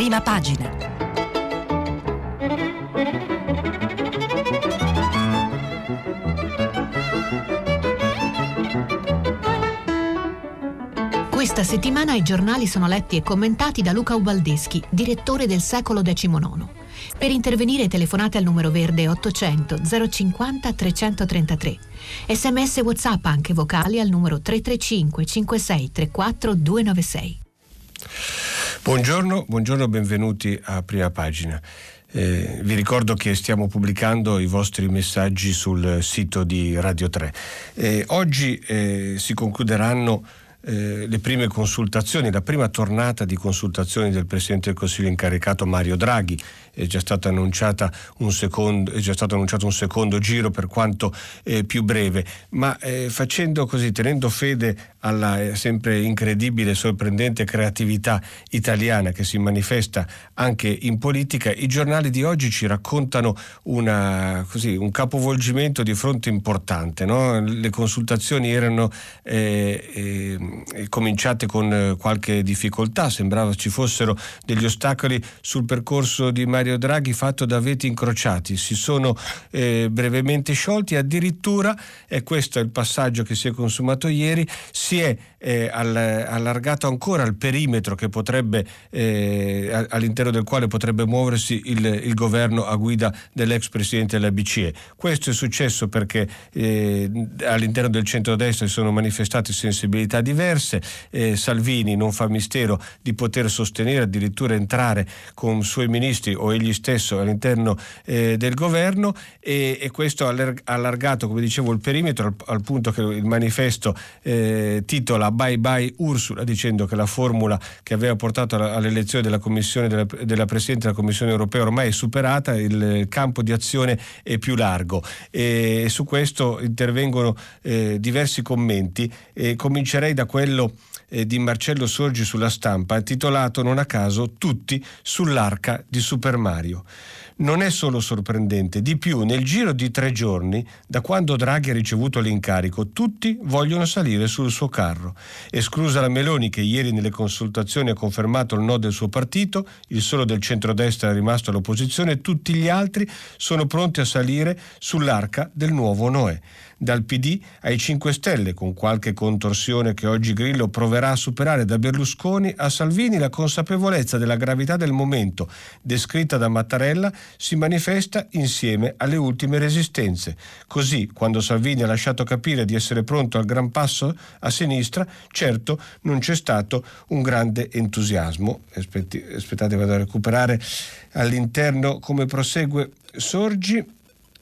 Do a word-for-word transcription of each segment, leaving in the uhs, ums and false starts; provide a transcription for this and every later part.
Prima pagina. Questa settimana i giornali sono letti e commentati da Luca Ubaldeschi, direttore del Secolo diciannove. Per intervenire telefonate al numero verde ottocento zero cinquanta trecentotrentatré. Sms e WhatsApp anche vocali al numero tre tre cinque cinque sei tre quattro due nove sei. Buongiorno, buongiorno, benvenuti a Prima Pagina. Eh, vi ricordo che stiamo pubblicando i vostri messaggi sul sito di Radio tre. Eh, oggi eh, si concluderanno Eh, le prime consultazioni, la prima tornata di consultazioni del Presidente del Consiglio incaricato Mario Draghi. È già stato annunciata un secondo, è già stato annunciato un secondo giro, per quanto eh, più breve, ma eh, facendo così, tenendo fede alla eh, sempre incredibile e sorprendente creatività italiana che si manifesta anche in politica, i giornali di oggi ci raccontano una, così, un capovolgimento di fronte importante, no? Le consultazioni erano eh, eh, cominciate con qualche difficoltà, sembrava ci fossero degli ostacoli sul percorso di Mario Draghi fatto da veti incrociati, si sono eh, brevemente sciolti, addirittura, e questo è il passaggio che si è consumato ieri, si è eh, all- allargato ancora il perimetro che potrebbe eh, all'interno del quale potrebbe muoversi il, il governo a guida dell'ex presidente della B C E. Questo è successo perché eh, all'interno del centrodestra si sono manifestate sensibilità diverse. eh, Salvini non fa mistero di poter sostenere, addirittura entrare con suoi ministri o egli stesso all'interno eh, del governo, e, e questo ha allargato, come dicevo, il perimetro al, al punto che il manifesto eh, titola Bye bye Ursula, dicendo che la formula che aveva portato all'elezione della commissione della, della Presidente della Commissione Europea ormai è superata, il campo di azione è più largo, e su questo intervengono eh, diversi commenti, e comincerei da quello eh, di Marcello Sorgi sulla Stampa, titolato non a caso Tutti sull'arca di Super Mario. Non è solo sorprendente, di più, nel giro di tre giorni, da quando Draghi ha ricevuto l'incarico, tutti vogliono salire sul suo carro. Esclusa la Meloni, che ieri nelle consultazioni ha confermato il no del suo partito, il solo del centrodestra è rimasto all'opposizione, tutti gli altri sono pronti a salire sull'arca del nuovo Noè. Dal P D ai cinque Stelle, con qualche contorsione che oggi Grillo proverà a superare, da Berlusconi a Salvini, la consapevolezza della gravità del momento, descritta da Mattarella, si manifesta insieme alle ultime resistenze. Così, quando Salvini ha lasciato capire di essere pronto al gran passo a sinistra, certo non c'è stato un grande entusiasmo. Aspetti, aspettate, vado a recuperare all'interno come prosegue Sorgi.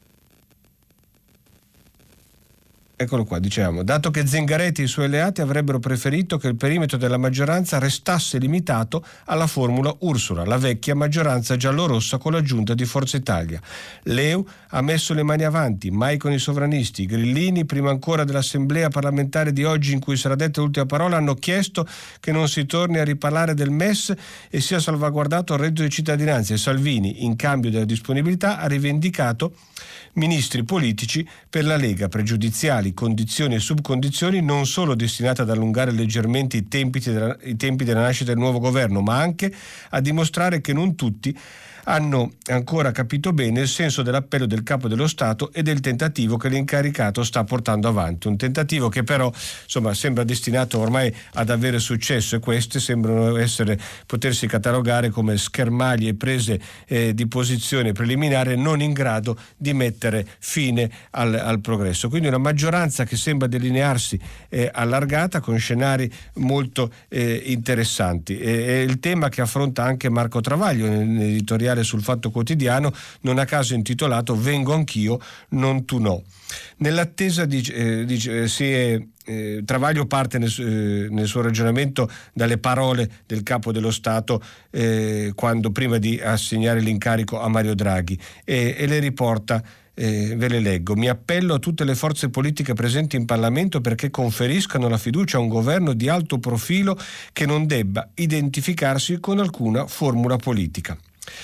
Eccolo qua, diciamo, dato che Zingaretti e i suoi alleati avrebbero preferito che il perimetro della maggioranza restasse limitato alla formula Ursula, la vecchia maggioranza giallorossa con l'aggiunta di Forza Italia. L'E U ha messo le mani avanti, mai con i sovranisti. I grillini, prima ancora dell'assemblea parlamentare di oggi in cui sarà detta l'ultima parola, hanno chiesto che non si torni a riparlare del M E S e sia salvaguardato il reddito di cittadinanza, e Salvini, in cambio della disponibilità, ha rivendicato ministri politici per la Lega, pregiudiziali, condizioni e subcondizioni non solo destinate ad allungare leggermente i tempi della, i tempi della nascita del nuovo governo, ma anche a dimostrare che non tutti hanno ancora capito bene il senso dell'appello del Capo dello Stato e del tentativo che l'incaricato sta portando avanti. Un tentativo che però, insomma, sembra destinato ormai ad avere successo, e queste sembrano essere, potersi catalogare come schermaglie e prese eh, di posizione preliminare non in grado di mettere fine al, al progresso. Quindi una maggioranza che sembra delinearsi eh, allargata, con scenari molto eh, interessanti. E, è il tema che affronta anche Marco Travaglio nell'editoriale sul Fatto Quotidiano, non a caso intitolato Vengo anch'io, non tu no. Nell'attesa di, eh, di, eh, si è Eh, Travaglio parte nel, eh, nel suo ragionamento dalle parole del Capo dello Stato eh, quando prima di assegnare l'incarico a Mario Draghi, e, e le riporta. Eh, ve le leggo. Mi appello a tutte le forze politiche presenti in Parlamento perché conferiscano la fiducia a un governo di alto profilo che non debba identificarsi con alcuna formula politica.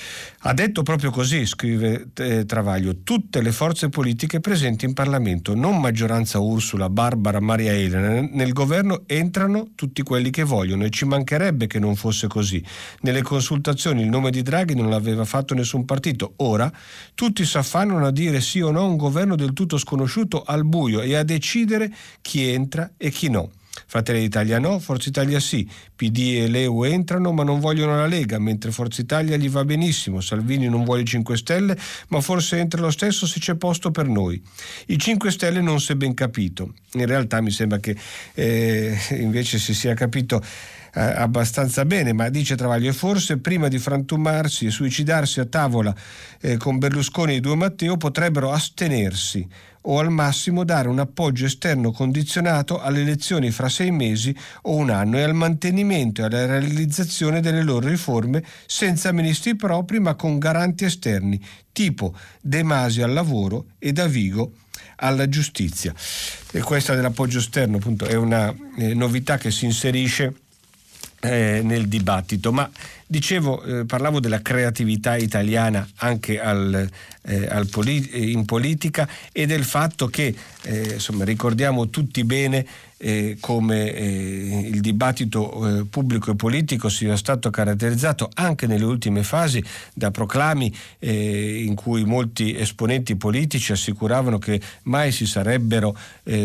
Ha detto proprio così, scrive eh, Travaglio, tutte le forze politiche presenti in Parlamento, non maggioranza Ursula, Barbara, Maria Elena, nel governo entrano tutti quelli che vogliono e ci mancherebbe che non fosse così. Nelle consultazioni il nome di Draghi non l'aveva fatto nessun partito, ora tutti si affannano a dire sì o no a un governo del tutto sconosciuto al buio e a decidere chi entra e chi no. Fratelli d'Italia no, Forza Italia sì, P D e L E U entrano ma non vogliono la Lega, mentre Forza Italia gli va benissimo, Salvini non vuole i cinque Stelle ma forse entra lo stesso se c'è posto per noi. I cinque Stelle non si è ben capito, in realtà mi sembra che eh, invece si sia capito eh, abbastanza bene, ma dice Travaglio, e forse prima di frantumarsi e suicidarsi a tavola eh, con Berlusconi e i due Matteo potrebbero astenersi o al massimo dare un appoggio esterno condizionato alle elezioni fra sei mesi o un anno e al mantenimento e alla realizzazione delle loro riforme senza ministri propri ma con garanti esterni, tipo De Masi al lavoro e Davigo alla giustizia. E questa dell'appoggio esterno appunto è una eh, novità che si inserisce eh, nel dibattito, ma dicevo, eh, parlavo della creatività italiana anche al, eh, al poli- in politica e del fatto che eh, insomma ricordiamo tutti bene eh, come eh, il dibattito eh, pubblico e politico sia stato caratterizzato anche nelle ultime fasi da proclami eh, in cui molti esponenti politici assicuravano che mai si sarebbero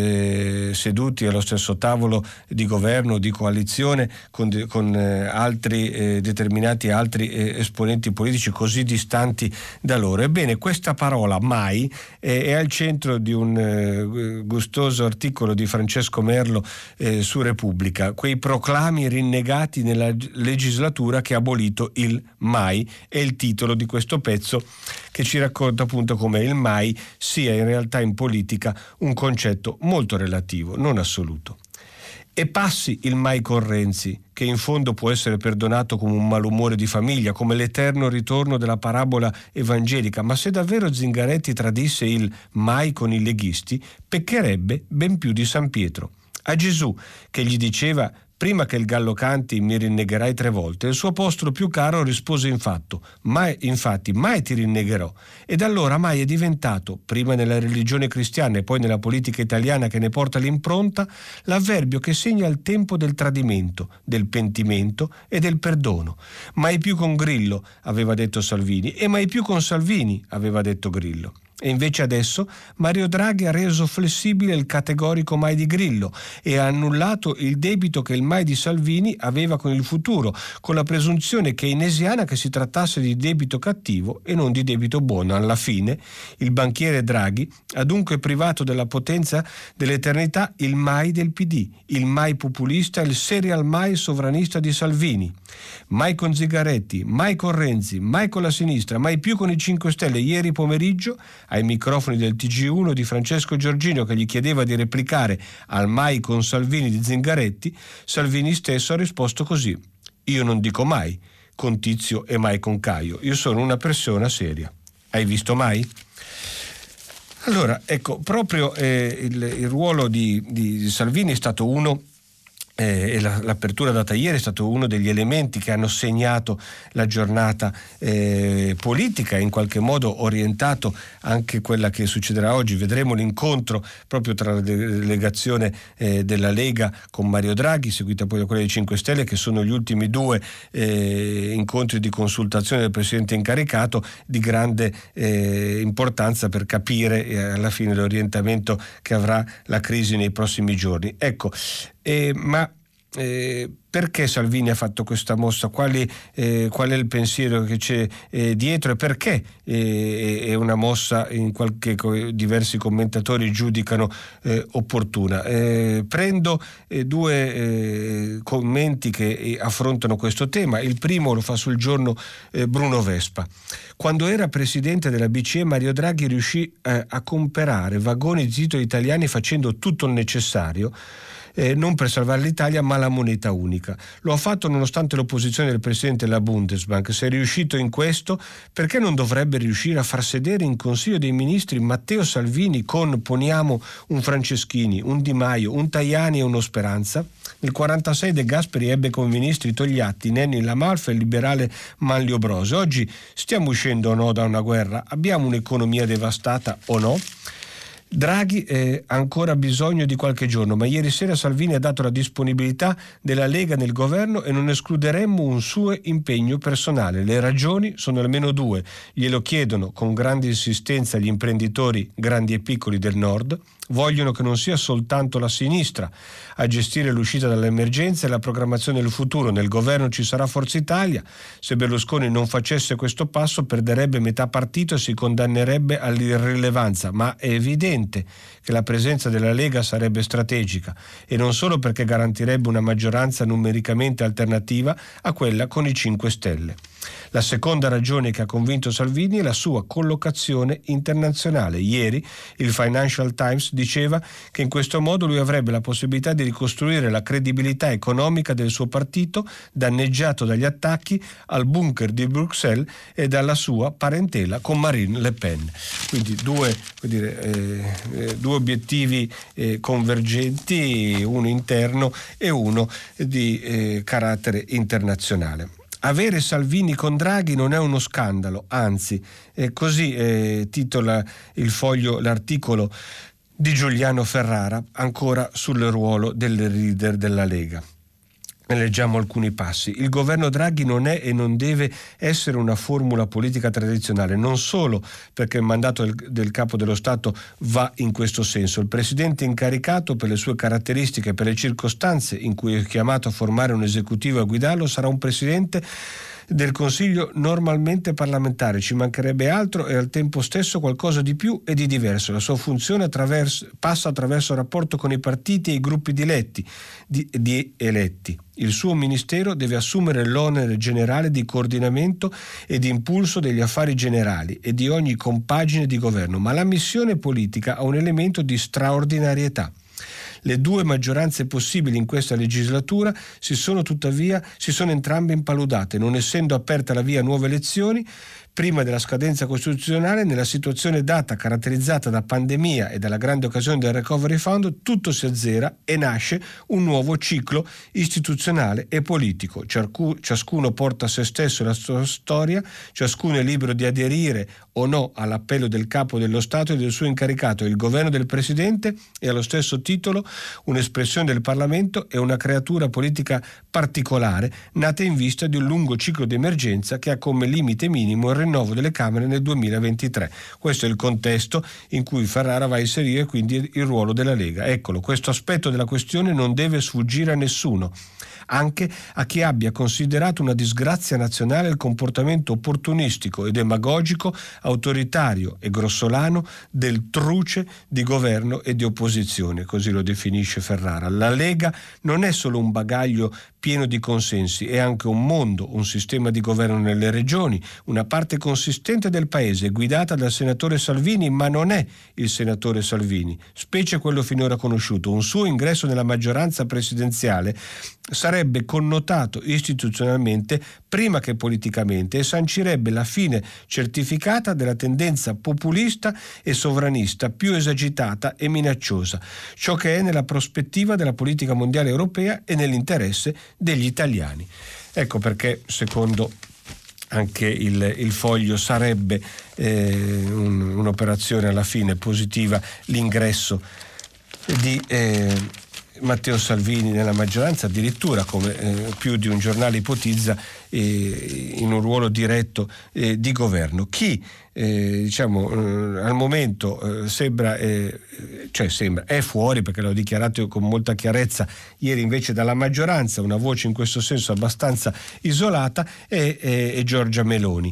eh, seduti allo stesso tavolo di governo, di coalizione con, de- con eh, altri eh, determinati altri eh, esponenti politici così distanti da loro. Ebbene, questa parola mai eh, è al centro di un eh, gustoso articolo di Francesco Merlo eh, su Repubblica, quei proclami rinnegati nella legislatura che ha abolito il mai, è il titolo di questo pezzo che ci racconta appunto come il mai sia in realtà in politica un concetto molto relativo, non assoluto. E passi il mai con Renzi, che in fondo può essere perdonato come un malumore di famiglia, come l'eterno ritorno della parabola evangelica, ma se davvero Zingaretti tradisse il mai con i leghisti, peccherebbe ben più di San Pietro. A Gesù, che gli diceva prima che il gallo canti mi rinnegherai tre volte, il suo apostolo più caro rispose infatto, mai, infatti mai ti rinnegherò. Ed allora mai è diventato, prima nella religione cristiana e poi nella politica italiana che ne porta l'impronta, l'avverbio che segna il tempo del tradimento, del pentimento e del perdono. Mai più con Grillo, aveva detto Salvini, e mai più con Salvini, aveva detto Grillo. E invece adesso Mario Draghi ha reso flessibile il categorico mai di Grillo e ha annullato il debito che il mai di Salvini aveva con il futuro, con la presunzione keynesiana che si trattasse di debito cattivo e non di debito buono. Alla fine il banchiere Draghi ha dunque privato della potenza dell'eternità il mai del P D, il mai populista, il serial mai sovranista di Salvini. Mai con Zingaretti, mai con Renzi, mai con la sinistra, mai più con i cinque Stelle. Ieri pomeriggio ai microfoni del T G uno di Francesco Giorgino, che gli chiedeva di replicare al mai con Salvini di Zingaretti, Salvini stesso ha risposto così: io non dico mai con Tizio e mai con Caio, io sono una persona seria. Hai visto mai? Allora, ecco, proprio eh, il, il ruolo di, di Salvini è stato uno Eh, e la, l'apertura data ieri è stato uno degli elementi che hanno segnato la giornata eh, politica e in qualche modo orientato anche quella che succederà oggi. Vedremo l'incontro proprio tra la delegazione eh, della Lega con Mario Draghi, seguita poi da quella dei cinque Stelle, che sono gli ultimi due eh, incontri di consultazione del Presidente incaricato di grande eh, importanza per capire eh, alla fine l'orientamento che avrà la crisi nei prossimi giorni. Ecco, Eh, ma eh, perché Salvini ha fatto questa mossa? Quali, eh, qual è il pensiero che c'è eh, dietro e perché eh, è una mossa in qualche diversi commentatori giudicano eh, opportuna? Eh, prendo eh, due eh, commenti che eh, affrontano questo tema. Il primo lo fa sul Giorno eh, Bruno Vespa. Quando era presidente della B C E, Mario Draghi riuscì eh, a comprare vagoni di titoli italiani facendo tutto il necessario eh, non per salvare l'Italia ma la moneta unica. Lo ha fatto nonostante l'opposizione del presidente della Bundesbank. Se è riuscito in questo, perché non dovrebbe riuscire a far sedere in Consiglio dei Ministri Matteo Salvini con, poniamo, un Franceschini, un Di Maio, un Tajani e uno Speranza? Nel quarantasei De Gasperi ebbe come ministri Togliatti, Nenni Lamalfa e il liberale Manlio Brose. Oggi stiamo uscendo o no da una guerra? Abbiamo un'economia devastata o no? Draghi eh, ha ancora bisogno di qualche giorno, ma ieri sera Salvini ha dato la disponibilità della Lega nel governo e non escluderemmo un suo impegno personale. Le ragioni sono almeno due. Glielo chiedono con grande insistenza gli imprenditori grandi e piccoli del Nord. Vogliono che non sia soltanto la sinistra a gestire l'uscita dall'emergenza e la programmazione del futuro. Nel governo ci sarà Forza Italia. Se Berlusconi non facesse questo passo perderebbe metà partito e si condannerebbe all'irrilevanza, ma è evidente che la presenza della Lega sarebbe strategica, e non solo perché garantirebbe una maggioranza numericamente alternativa a quella con i cinque Stelle. La seconda ragione che ha convinto Salvini è la sua collocazione internazionale. Ieri il Financial Times diceva che in questo modo lui avrebbe la possibilità di ricostruire la credibilità economica del suo partito, danneggiato dagli attacchi al bunker di Bruxelles e dalla sua parentela con Marine Le Pen. Quindi due, vuol dire, eh, due obiettivi eh, convergenti, uno interno e uno di eh, carattere internazionale. Avere Salvini con Draghi non è uno scandalo, anzi, eh, così eh, titola il Foglio l'articolo di Giuliano Ferrara, ancora sul ruolo del leader della Lega. Ne leggiamo alcuni passi. Il governo Draghi non è e non deve essere una formula politica tradizionale, non solo perché il mandato del, del capo dello Stato va in questo senso. Il presidente incaricato, per le sue caratteristiche e per le circostanze in cui è chiamato a formare un esecutivo e a guidarlo, sarà un presidente del Consiglio normalmente parlamentare, ci mancherebbe altro, e al tempo stesso qualcosa di più e di diverso. La sua funzione attraverso, passa attraverso il rapporto con i partiti e i gruppi di eletti, di, di eletti. Il suo ministero deve assumere l'onere generale di coordinamento e di impulso degli affari generali e di ogni compagine di governo, ma la missione politica ha un elemento di straordinarietà. Le due maggioranze possibili in questa legislatura si sono tuttavia si sono entrambe impaludate, non essendo aperta la via a nuove elezioni prima della scadenza costituzionale. Nella situazione data, caratterizzata da pandemia e dalla grande occasione del Recovery Fund, tutto si azzera e nasce un nuovo ciclo istituzionale e politico. Ciascuno porta a se stesso la sua storia, ciascuno è libero di aderire o no all'appello del capo dello Stato e del suo incaricato. Il governo del Presidente è allo stesso titolo un'espressione del Parlamento e una creatura politica particolare, nata in vista di un lungo ciclo di emergenza che ha come limite minimo il rinnovo delle Camere nel duemilaventitré. Questo è il contesto in cui Ferrara va a inserire quindi il ruolo della Lega. Eccolo, questo aspetto della questione non deve sfuggire a nessuno, anche a chi abbia considerato una disgrazia nazionale il comportamento opportunistico e demagogico, autoritario e grossolano del truce di governo e di opposizione, così lo definisce Ferrara. La Lega non è solo un bagaglio pieno di consensi, è anche un mondo, un sistema di governo nelle regioni, una parte consistente del paese guidata dal senatore Salvini, ma non è il senatore Salvini, specie quello finora conosciuto. Un suo ingresso nella maggioranza presidenziale sarebbe connotato istituzionalmente prima che politicamente e sancirebbe la fine certificata della tendenza populista e sovranista più esagitata e minacciosa, ciò che è nella prospettiva della politica mondiale europea e nell'interesse degli italiani. Ecco perché, secondo anche il, il Foglio, sarebbe eh, un, un'operazione alla fine positiva l'ingresso di eh, Matteo Salvini nella maggioranza, addirittura, come eh, più di un giornale ipotizza, eh, in un ruolo diretto eh, di governo. Chi eh, diciamo eh, al momento eh, sembra eh, cioè sembra è fuori, perché l'ho dichiarato con molta chiarezza ieri invece dalla maggioranza, una voce in questo senso abbastanza isolata, è, è, è Giorgia Meloni,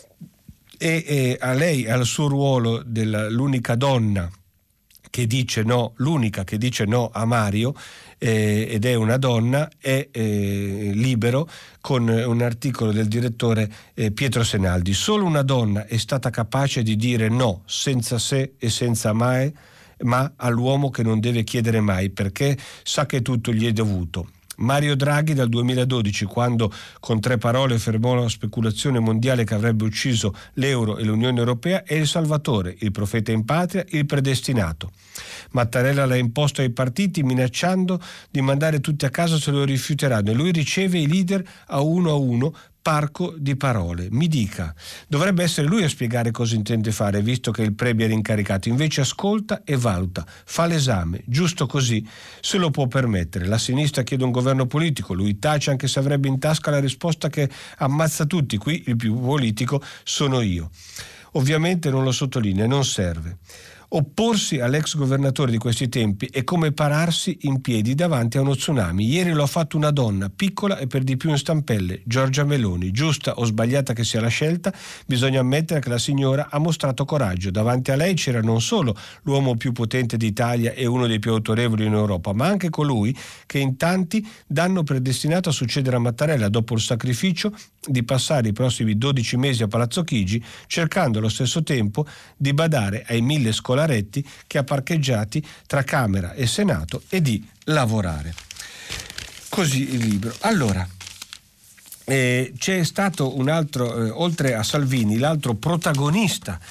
e, e a lei, al suo ruolo dell'unica donna che dice no, l'unica che dice no a Mario, eh, ed è una donna, è eh, Libero, con un articolo del direttore eh, Pietro Senaldi. Solo una donna è stata capace di dire no senza se e senza mai ma all'uomo che non deve chiedere mai, perché sa che tutto gli è dovuto. Mario Draghi dal duemiladodici, quando con tre parole fermò la speculazione mondiale che avrebbe ucciso l'euro e l'Unione Europea, è il salvatore, il profeta in patria, il predestinato. Mattarella l'ha imposto ai partiti minacciando di mandare tutti a casa se lo rifiuteranno, e lui riceve i leader a uno a uno, parco di parole. Mi dica, dovrebbe essere lui a spiegare cosa intende fare, visto che il premier incaricato invece ascolta e valuta, fa l'esame, giusto così se lo può permettere. La sinistra chiede un governo politico, lui tace anche se avrebbe in tasca la risposta che ammazza tutti, qui il più politico sono io. Ovviamente non lo sottolinea, non serve. Opporsi all'ex governatore di questi tempi è come pararsi in piedi davanti a uno tsunami. Ieri lo ha fatto una donna, piccola e per di più in stampelle, Giorgia Meloni. Giusta o sbagliata che sia la scelta, bisogna ammettere che la signora ha mostrato coraggio. Davanti a lei c'era non solo l'uomo più potente d'Italia e uno dei più autorevoli in Europa, ma anche colui che in tanti danno predestinato a succedere a Mattarella dopo il sacrificio di passare i prossimi dodici mesi a Palazzo Chigi, cercando allo stesso tempo di badare ai mille scolaretti che ha parcheggiati tra Camera e Senato e di lavorare. Così il libro. Allora, eh, c'è stato un altro, eh, oltre a Salvini, l'altro protagonista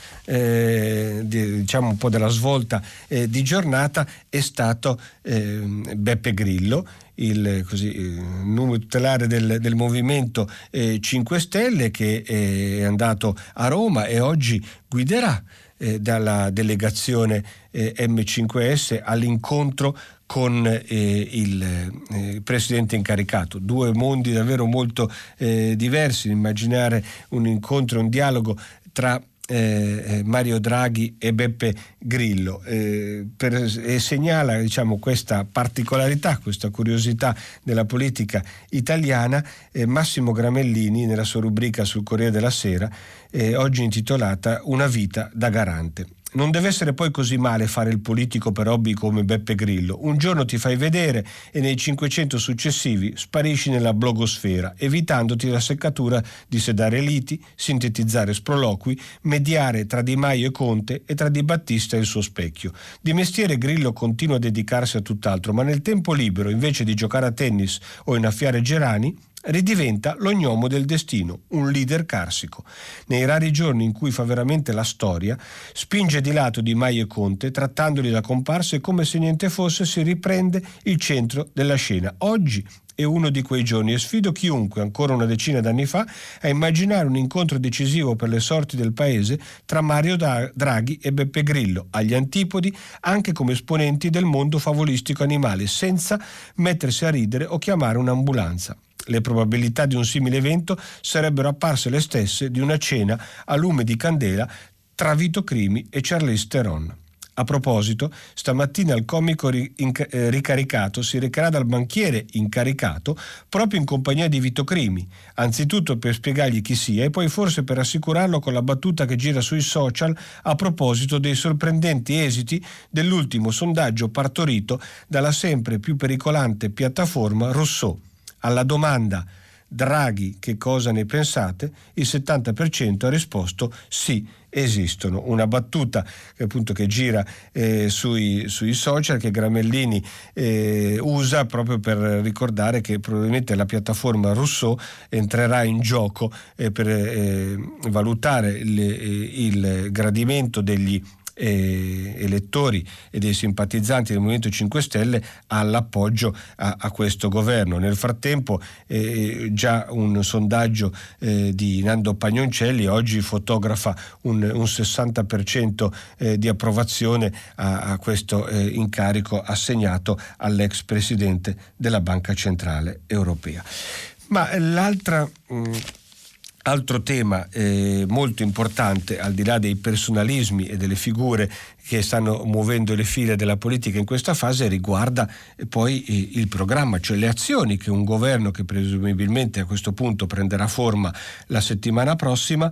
eh, di, diciamo un po' della svolta eh, di giornata è stato eh, Beppe Grillo, il così, eh, numero tutelare del, del Movimento eh, cinque Stelle, che è andato a Roma e oggi guiderà eh, dalla delegazione eh, M cinque S all'incontro con eh, il eh, presidente incaricato. Due mondi davvero molto eh, diversi. Immaginare un incontro, un dialogo tra Eh, Mario Draghi e Beppe Grillo eh, per, e segnala diciamo questa particolarità, questa curiosità della politica italiana eh, Massimo Gramellini nella sua rubrica sul Corriere della Sera eh, oggi intitolata Una vita da garante. Non deve essere poi così male fare il politico per hobby come Beppe Grillo. Un giorno ti fai vedere e nei cinquecento successivi sparisci nella blogosfera, evitandoti la seccatura di sedare liti, sintetizzare sproloqui, mediare tra Di Maio e Conte e tra Di Battista e il suo specchio. Di mestiere Grillo continua a dedicarsi a tutt'altro, ma nel tempo libero, invece di giocare a tennis o innaffiare gerani, ridiventa l'ognomo del destino, un leader carsico. Nei rari giorni in cui fa veramente la storia, spinge di lato Di Maio e Conte, trattandoli da comparse e come se niente fosse si riprende il centro della scena. Oggi è uno di quei giorni e sfido chiunque, ancora una decina d'anni fa, a immaginare un incontro decisivo per le sorti del paese tra Mario Draghi e Beppe Grillo, agli antipodi anche come esponenti del mondo favolistico animale, senza mettersi a ridere o chiamare un'ambulanza. Le probabilità di un simile evento sarebbero apparse le stesse di una cena a lume di candela tra Vito Crimi e Charlize Theron. A proposito, stamattina il comico ricaricato si recherà dal banchiere incaricato proprio in compagnia di Vito Crimi, anzitutto per spiegargli chi sia e poi forse per assicurarlo con la battuta che gira sui social a proposito dei sorprendenti esiti dell'ultimo sondaggio partorito dalla sempre più pericolante piattaforma Rousseau. Alla domanda Draghi, che cosa ne pensate? Il settanta per cento ha risposto sì, esistono. Una battuta che appunto che gira eh, sui, sui social, che Gramellini eh, usa proprio per ricordare che probabilmente la piattaforma Rousseau entrerà in gioco eh, per eh, valutare il, il gradimento degli Eh, elettori e dei simpatizzanti del Movimento cinque Stelle all'appoggio a, a questo governo. Nel frattempo eh, già un sondaggio eh, di Nando Pagnoncelli oggi fotografa un, un sessanta per cento eh, di approvazione a, a questo eh, incarico assegnato all'ex presidente della Banca Centrale Europea. Ma l'altra mh, Altro tema eh, molto importante, al di là dei personalismi e delle figure che stanno muovendo le file della politica in questa fase, riguarda eh, poi eh, il programma, cioè le azioni che un governo, che presumibilmente a questo punto prenderà forma la settimana prossima,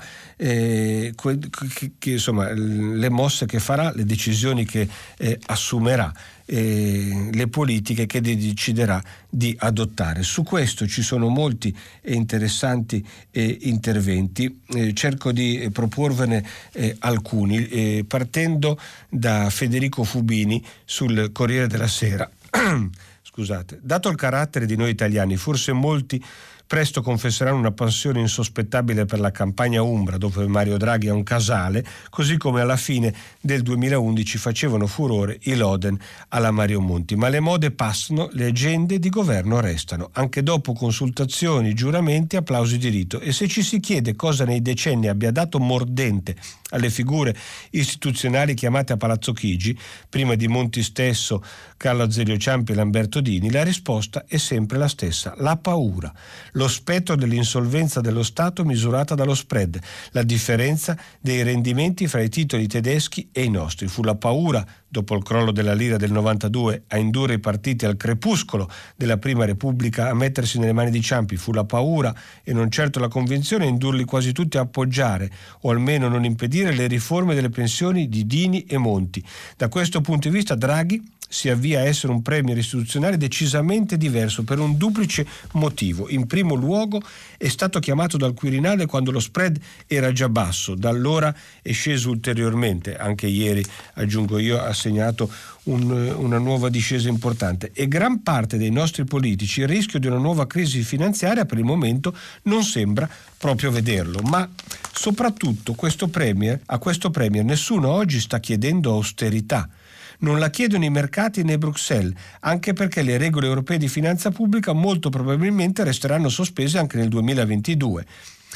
eh, che, che, insomma le mosse che farà, le decisioni che eh, assumerà. eh, le politiche che deciderà di adottare. Su questo ci sono molti e interessanti eh, interventi, eh, cerco di proporvene eh, alcuni, eh, partendo da Federico Fubini sul Corriere della Sera. Scusate, dato il carattere di noi italiani, forse molti presto confesseranno una passione insospettabile per la campagna umbra, dove Mario Draghi è un casale, così come alla fine del duemilaundici facevano furore i Loden alla Mario Monti. Ma le mode passano, le agende di governo restano, anche dopo consultazioni, giuramenti, applausi di rito. E se ci si chiede cosa nei decenni abbia dato mordente alle figure istituzionali chiamate a Palazzo Chigi, prima di Monti stesso, Carlo Azeglio Ciampi e Lamberto Dini, la risposta è sempre la stessa: la paura. Lo spettro dell'insolvenza dello Stato misurata dallo spread, la differenza dei rendimenti fra i titoli tedeschi e i nostri. Fu la paura, dopo il crollo della lira del novantadue, a indurre i partiti al crepuscolo della Prima Repubblica a mettersi nelle mani di Ciampi. Fu la paura, e non certo la convinzione, a indurli quasi tutti a appoggiare, o almeno non impedire, le riforme delle pensioni di Dini e Monti. Da questo punto di vista Draghi si avvia a essere un premier istituzionale decisamente diverso per un duplice motivo. In primo luogo è stato chiamato dal Quirinale quando lo spread era già basso, da allora è sceso ulteriormente, anche ieri, aggiungo io, ha segnato un, una nuova discesa importante, e gran parte dei nostri politici il rischio di una nuova crisi finanziaria per il momento non sembra proprio vederlo. Ma soprattutto questo premier, a questo premier nessuno oggi sta chiedendo austerità. Non la chiedono i mercati né Bruxelles, anche perché le regole europee di finanza pubblica molto probabilmente resteranno sospese anche nel duemilaventidue.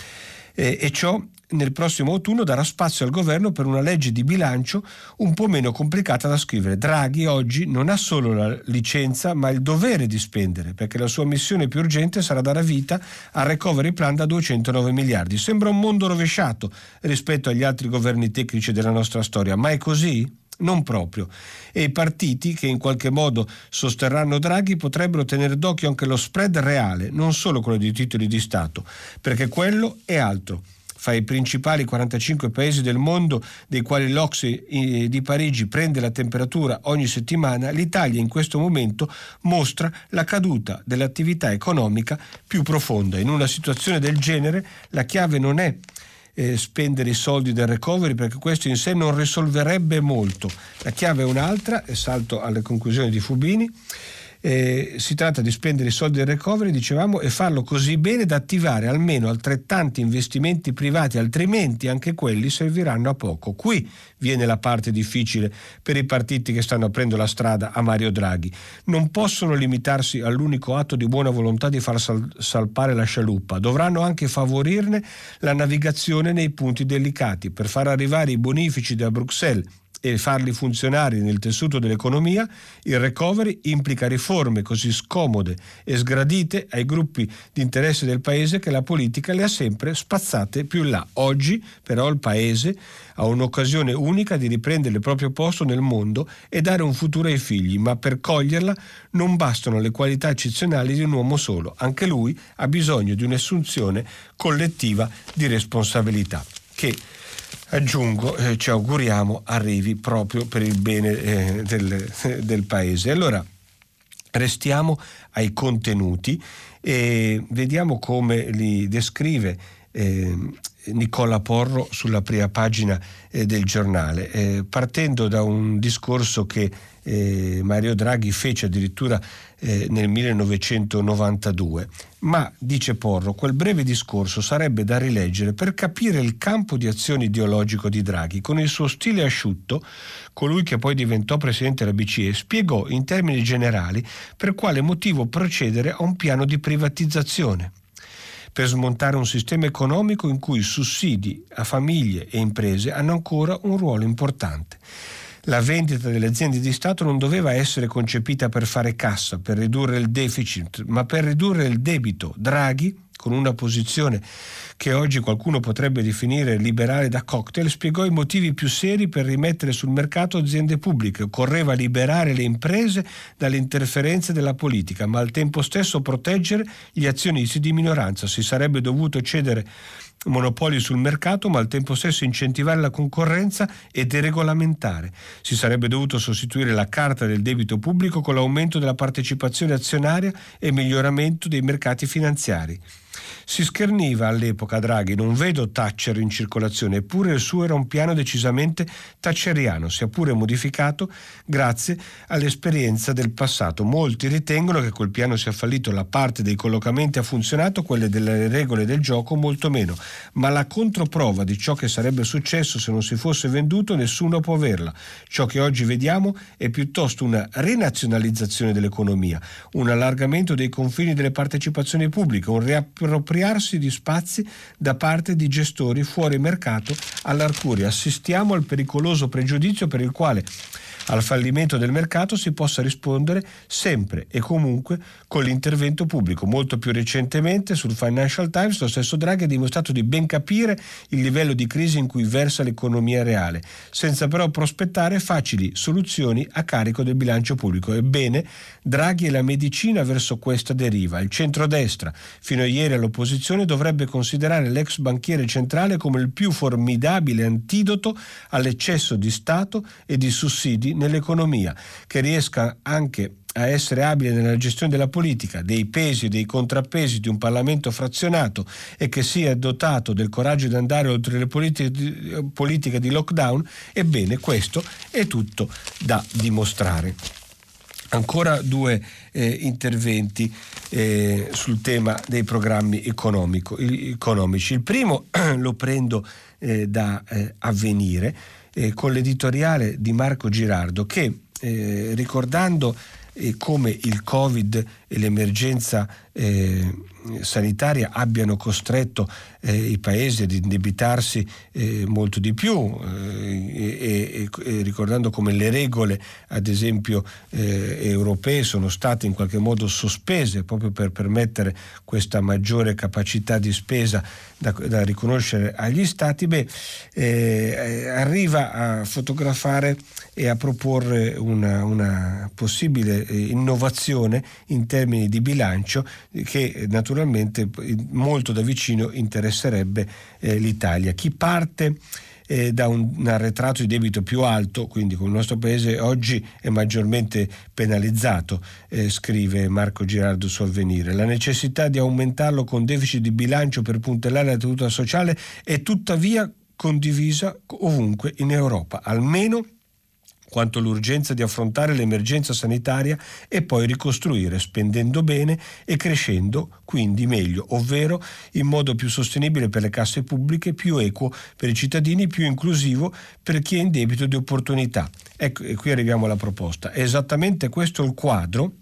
E, e ciò nel prossimo autunno darà spazio al governo per una legge di bilancio un po' meno complicata da scrivere. Draghi oggi non ha solo la licenza ma il dovere di spendere, perché la sua missione più urgente sarà dare vita al recovery plan da duecentonove miliardi. Sembra un mondo rovesciato rispetto agli altri governi tecnici della nostra storia, ma è così? Non proprio. E i partiti che in qualche modo sosterranno Draghi potrebbero tenere d'occhio anche lo spread reale, non solo quello dei titoli di Stato, perché quello è altro. Fra i principali quarantacinque paesi del mondo, dei quali l'O C S E di Parigi prende la temperatura ogni settimana, l'Italia in questo momento mostra la caduta dell'attività economica più profonda. In una situazione del genere la chiave non è Eh, spendere i soldi del recovery, perché questo in sé non risolverebbe molto. La chiave è un'altra, e salto alle conclusioni di Fubini. Eh, si tratta di spendere i soldi del recovery, dicevamo, e farlo così bene da attivare almeno altrettanti investimenti privati, altrimenti anche quelli serviranno a poco. Qui viene la parte difficile per i partiti che stanno aprendo la strada a Mario Draghi. Non possono limitarsi all'unico atto di buona volontà di far sal- salpare la scialuppa, dovranno anche favorirne la navigazione nei punti delicati per far arrivare i bonifici da Bruxelles e farli funzionare nel tessuto dell'economia. Il recovery implica riforme così scomode e sgradite ai gruppi di interesse del paese che la politica le ha sempre spazzate più in là. Oggi però il paese ha un'occasione unica di riprendere il proprio posto nel mondo e dare un futuro ai figli, ma per coglierla non bastano le qualità eccezionali di un uomo solo. Anche lui ha bisogno di un'assunzione collettiva di responsabilità che, aggiungo, eh, ci auguriamo arrivi proprio per il bene eh, del, eh, del paese. Allora restiamo ai contenuti e vediamo come li descrive eh, Nicola Porro sulla prima pagina eh, del giornale, eh, partendo da un discorso che eh, Mario Draghi fece addirittura eh, nel millenovecentonovantadue. Ma, dice Porro, quel breve discorso sarebbe da rileggere per capire il campo di azione ideologico di Draghi. Con il suo stile asciutto, colui che poi diventò presidente della B C E spiegò in termini generali per quale motivo procedere a un piano di privatizzazione, per smontare un sistema economico in cui sussidi a famiglie e imprese hanno ancora un ruolo importante. La vendita delle aziende di Stato non doveva essere concepita per fare cassa, per ridurre il deficit, ma per ridurre il debito. Draghi, con una posizione che oggi qualcuno potrebbe definire liberale da cocktail, spiegò i motivi più seri per rimettere sul mercato aziende pubbliche. Occorreva liberare le imprese dalle interferenze della politica, ma al tempo stesso proteggere gli azionisti di minoranza. Si sarebbe dovuto cedere monopoli sul mercato, ma al tempo stesso incentivare la concorrenza e deregolamentare. Si sarebbe dovuto sostituire la carta del debito pubblico con l'aumento della partecipazione azionaria e miglioramento dei mercati finanziari. Si scherniva all'epoca Draghi: non vedo Thatcher in circolazione, eppure il suo era un piano decisamente thatcheriano, sia pure modificato grazie all'esperienza del passato. Molti ritengono che quel piano sia fallito, la parte dei collocamenti ha funzionato, quelle delle regole del gioco molto meno, ma la controprova di ciò che sarebbe successo se non si fosse venduto nessuno può averla. Ciò che oggi vediamo è piuttosto una rinazionalizzazione dell'economia, un allargamento dei confini delle partecipazioni pubbliche, un riappropriarsi di spazi da parte di gestori fuori mercato alla cui assistiamo al pericoloso pregiudizio per il quale al fallimento del mercato si possa rispondere sempre e comunque con l'intervento pubblico. Molto più recentemente sul Financial Times lo stesso Draghi ha dimostrato di ben capire il livello di crisi in cui versa l'economia reale, senza però prospettare facili soluzioni a carico del bilancio pubblico. Ebbene, Draghi è la medicina verso questa deriva. Il centrodestra, fino a ieri all'opposizione, dovrebbe considerare l'ex banchiere centrale come il più formidabile antidoto all'eccesso di Stato e di sussidi nell'economia, che riesca anche a essere abile nella gestione della politica, dei pesi e dei contrappesi di un Parlamento frazionato e che sia dotato del coraggio di andare oltre le politiche di, politiche di lockdown. Ebbene, questo è tutto da dimostrare. Ancora due eh, interventi eh, sul tema dei programmi economico, economici. Il primo lo prendo eh, da eh, Avvenire, eh, con l'editoriale di Marco Girardo che, eh, ricordando eh, come il Covid e l'emergenza eh, sanitaria abbiano costretto eh, i paesi ad indebitarsi eh, molto di più eh, e, e ricordando come le regole ad esempio eh, europee sono state in qualche modo sospese proprio per permettere questa maggiore capacità di spesa da, da riconoscere agli stati, beh, eh, arriva a fotografare e a proporre una, una possibile eh, innovazione in termini di bilancio che naturalmente molto da vicino interesserebbe eh, l'Italia. Chi parte eh, da un, un arretrato di debito più alto, quindi come il nostro paese oggi è maggiormente penalizzato, eh, scrive Marco Girardo su Avvenire. La necessità di aumentarlo con deficit di bilancio per puntellare la tenuta sociale è tuttavia condivisa ovunque in Europa, almeno quanto l'urgenza di affrontare l'emergenza sanitaria e poi ricostruire spendendo bene e crescendo quindi meglio, ovvero in modo più sostenibile per le casse pubbliche, più equo per i cittadini, più inclusivo per chi è in debito di opportunità. Ecco, e qui arriviamo alla proposta. È esattamente questo il quadro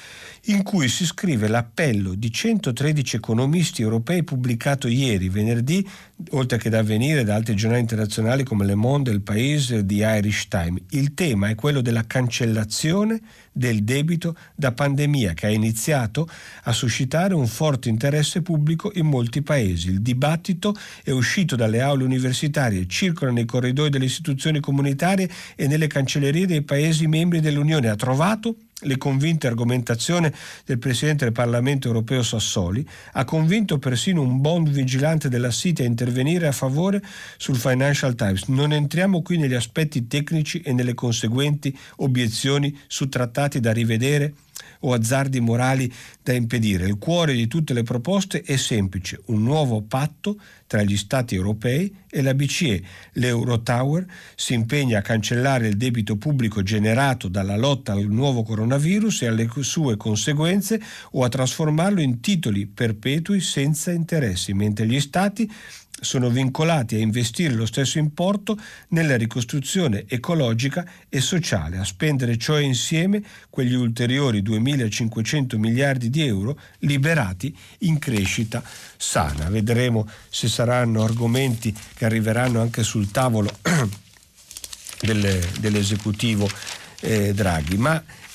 in cui si scrive l'appello di centotredici economisti europei pubblicato ieri, venerdì, oltre che da Avvenire, da altri giornali internazionali come Le Monde, Il Paese, The Irish Times. Il tema è quello della cancellazione del debito da pandemia, che ha iniziato a suscitare un forte interesse pubblico in molti paesi. Il dibattito è uscito dalle aule universitarie, circola nei corridoi delle istituzioni comunitarie e nelle cancellerie dei paesi membri dell'Unione. Ha trovato le convinte argomentazioni del Presidente del Parlamento europeo Sassoli, ha convinto persino un bond vigilante della City a intervenire a favore sul Financial Times. Non entriamo qui negli aspetti tecnici e nelle conseguenti obiezioni su trattati da rivedere o azzardi morali da impedire. Il cuore di tutte le proposte è semplice: un nuovo patto tra gli Stati europei e la B C E. L'Eurotower si impegna a cancellare il debito pubblico generato dalla lotta al nuovo coronavirus e alle sue conseguenze o a trasformarlo in titoli perpetui senza interessi, mentre gli Stati sono vincolati a investire lo stesso importo nella ricostruzione ecologica e sociale, a spendere cioè insieme quegli ulteriori duemilacinquecento miliardi di euro liberati in crescita sana. Vedremo se saranno argomenti che arriveranno anche sul tavolo del, dell'esecutivo eh, Draghi, ma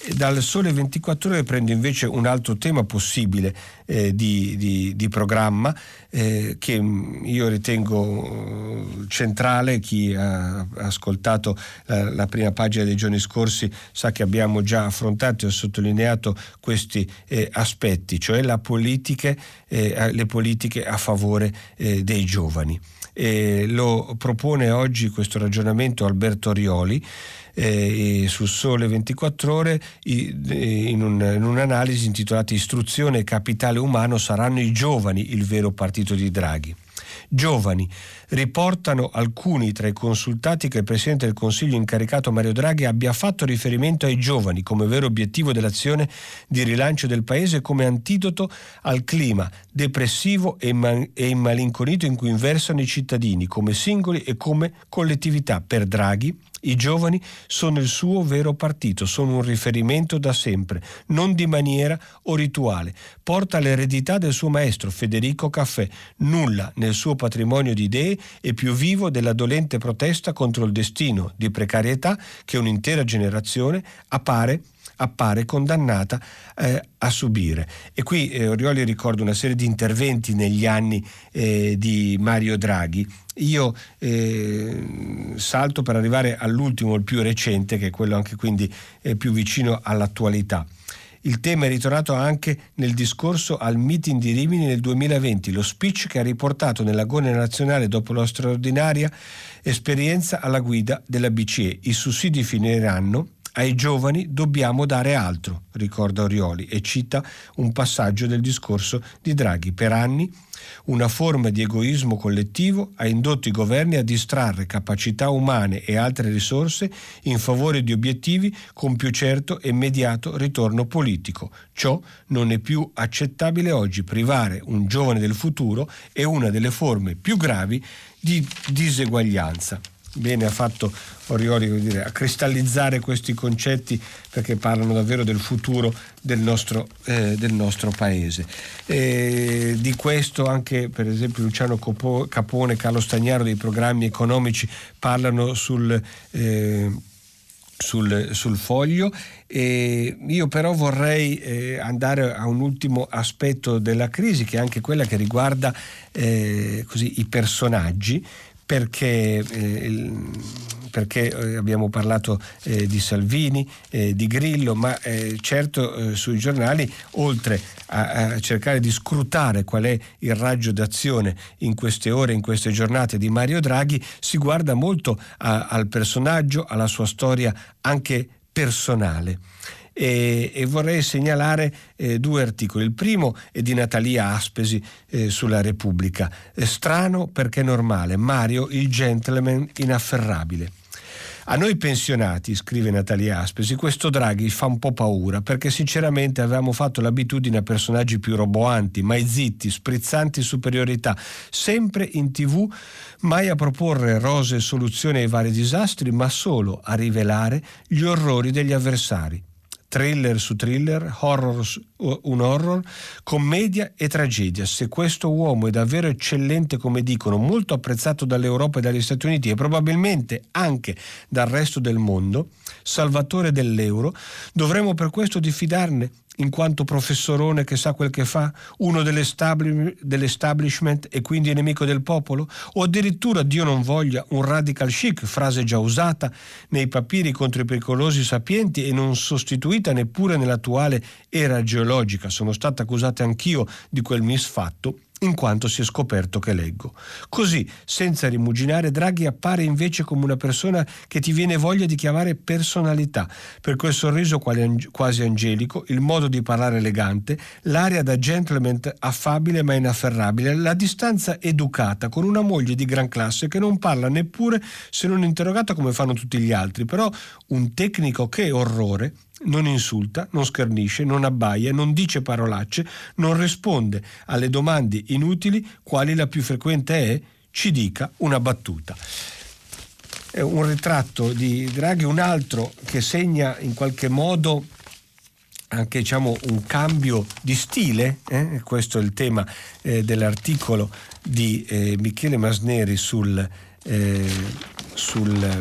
Dal Sole ventiquattro Ore prendo invece un altro tema possibile eh, di, di, di programma eh, che io ritengo centrale. Chi ha ascoltato la, la prima pagina dei giorni scorsi sa che abbiamo già affrontato e sottolineato questi eh, aspetti, cioè la politica, eh, le politiche a favore eh, dei giovani. Eh, lo propone oggi questo ragionamento Alberto Rioli eh, su Sole ventiquattro Ore in, un, in un'analisi intitolata Istruzione e capitale umano saranno i giovani il vero partito di Draghi. Giovani, riportano alcuni tra i consultati che il Presidente del Consiglio incaricato Mario Draghi abbia fatto riferimento ai giovani come vero obiettivo dell'azione di rilancio del Paese, come antidoto al clima depressivo e, man- e immalinconito in cui versano i cittadini, come singoli e come collettività. Per Draghi i giovani sono il suo vero partito, sono un riferimento da sempre, non di maniera o rituale. Porta l'eredità del suo maestro Federico Caffè, nulla nel suo patrimonio di idee è più vivo della dolente protesta contro il destino di precarietà che un'intera generazione appare appare condannata eh, a subire. E qui eh, Orioli ricorda una serie di interventi negli anni eh, di Mario Draghi. Io eh, salto per arrivare all'ultimo, il più recente, che è quello anche quindi eh, più vicino all'attualità. Il tema è ritornato anche nel discorso al meeting di Rimini nel duemilaventi, lo speech che ha riportato nell'agone nazionale dopo la straordinaria esperienza alla guida della B C E. I sussidi finiranno, ai giovani dobbiamo dare altro, ricorda Orioli, e cita un passaggio del discorso di Draghi. Per anni una forma di egoismo collettivo ha indotto i governi a distrarre capacità umane e altre risorse in favore di obiettivi con più certo e immediato ritorno politico. Ciò non è più accettabile oggi. Privare un giovane del futuro è una delle forme più gravi di diseguaglianza. Bene ha fatto Orioli, vuol dire, a cristallizzare questi concetti, perché parlano davvero del futuro del nostro, eh, del nostro paese. E di questo anche per esempio Luciano Capone e Carlo Stagnaro dei programmi economici parlano sul, eh, sul, sul Foglio. E io però vorrei eh, andare a un ultimo aspetto della crisi, che è anche quella che riguarda eh, così, i personaggi, perché eh, perché abbiamo parlato eh, di Salvini, eh, di Grillo, ma eh, certo eh, sui giornali, oltre a, a cercare di scrutare qual è il raggio d'azione in queste ore, in queste giornate di Mario Draghi, si guarda molto a, al personaggio, alla sua storia anche personale. E, e vorrei segnalare eh, due articoli. Il primo è di Natalia Aspesi eh, sulla Repubblica. È strano perché normale. Mario, il gentleman inafferrabile. A noi pensionati, scrive Natalia Aspesi, questo Draghi fa un po' paura, perché sinceramente avevamo fatto l'abitudine a personaggi più roboanti, mai zitti, sprizzanti superiorità, sempre in tv, mai a proporre rosee soluzioni ai vari disastri, ma solo a rivelare gli orrori degli avversari. Thriller su thriller, horror su un horror, commedia e tragedia. Se questo uomo è davvero eccellente come dicono, molto apprezzato dall'Europa e dagli Stati Uniti e probabilmente anche dal resto del mondo, salvatore dell'euro, dovremmo per questo diffidarne in quanto professorone che sa quel che fa, uno dell'establishment e quindi nemico del popolo? O addirittura, Dio non voglia, un radical chic, frase già usata nei papiri contro i pericolosi sapienti e non sostituita neppure nell'attuale era geologica? Sono stato accusato anch'io di quel misfatto, in quanto si è scoperto che leggo. Così, senza rimuginare, Draghi appare invece come una persona che ti viene voglia di chiamare personalità, per quel sorriso quasi angelico, il modo di parlare elegante, l'aria da gentleman affabile ma inafferrabile, la distanza educata con una moglie di gran classe che non parla neppure se non interrogata come fanno tutti gli altri, però un tecnico che orrore. Non insulta, non schernisce, non abbaia, non dice parolacce, non risponde alle domande inutili, quali la più frequente è: ci dica una battuta. È un ritratto di Draghi, un altro che segna in qualche modo anche, diciamo, un cambio di stile, eh? Questo è il tema eh, dell'articolo di eh, Michele Masneri sul, eh, sul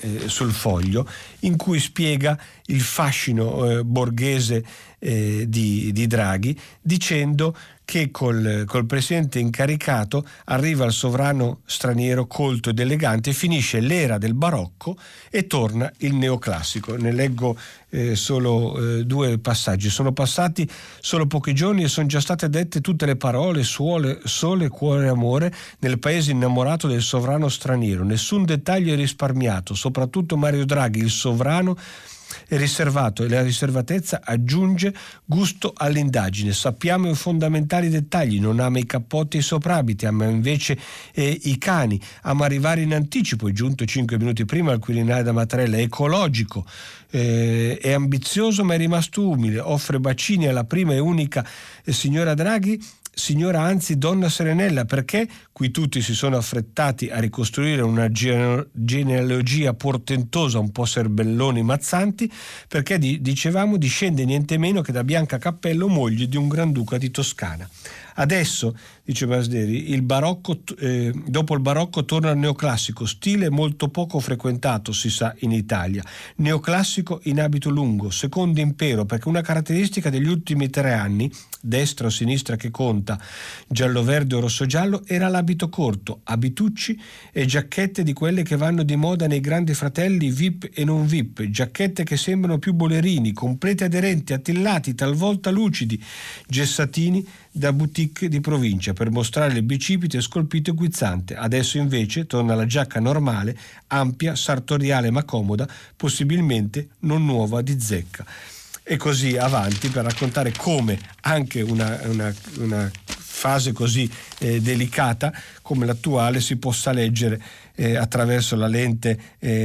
eh, sul Foglio, in cui spiega il fascino eh, borghese eh, di, di Draghi, dicendo che col, col presidente incaricato arriva il sovrano straniero colto ed elegante, finisce l'era del barocco e torna il neoclassico. Ne leggo eh, solo eh, due passaggi. Sono passati solo pochi giorni e sono già state dette tutte le parole, suole, sole, cuore, amore nel paese innamorato del sovrano straniero. Nessun dettaglio è risparmiato, soprattutto Mario Draghi, il sovrano è riservato e la riservatezza aggiunge gusto all'indagine. Sappiamo i fondamentali dettagli, non ama i cappotti e i soprabiti, ama invece eh, i cani, ama arrivare in anticipo, è giunto cinque minuti prima al Quirinale da Mattarella, è ecologico, eh, è ambizioso ma è rimasto umile, offre bacini alla prima e unica eh, signora Draghi, signora anzi donna Serenella, perché qui tutti si sono affrettati a ricostruire una gene- genealogia portentosa, un po' serbelloni mazzanti, perché di, dicevamo discende niente meno che da Bianca Cappello, moglie di un granduca di Toscana. Adesso, dice Masderi, il barocco, eh, dopo il barocco torna il neoclassico, stile molto poco frequentato, si sa, in Italia. Neoclassico in abito lungo, secondo impero, perché una caratteristica degli ultimi tre anni, destra o sinistra che conta, giallo-verde o rosso-giallo, era l'abito corto, abitucci e giacchette di quelle che vanno di moda nei grandi fratelli V I P e non V I P, giacchette che sembrano più bolerini, completi aderenti, attillati, talvolta lucidi, gessatini da boutique di provincia per mostrare il bicipite scolpito e guizzante. Adesso invece torna la giacca normale, ampia, sartoriale ma comoda, possibilmente non nuova di zecca. E così avanti per raccontare come anche una, una, una fase così eh, delicata come l'attuale si possa leggere eh, attraverso la lente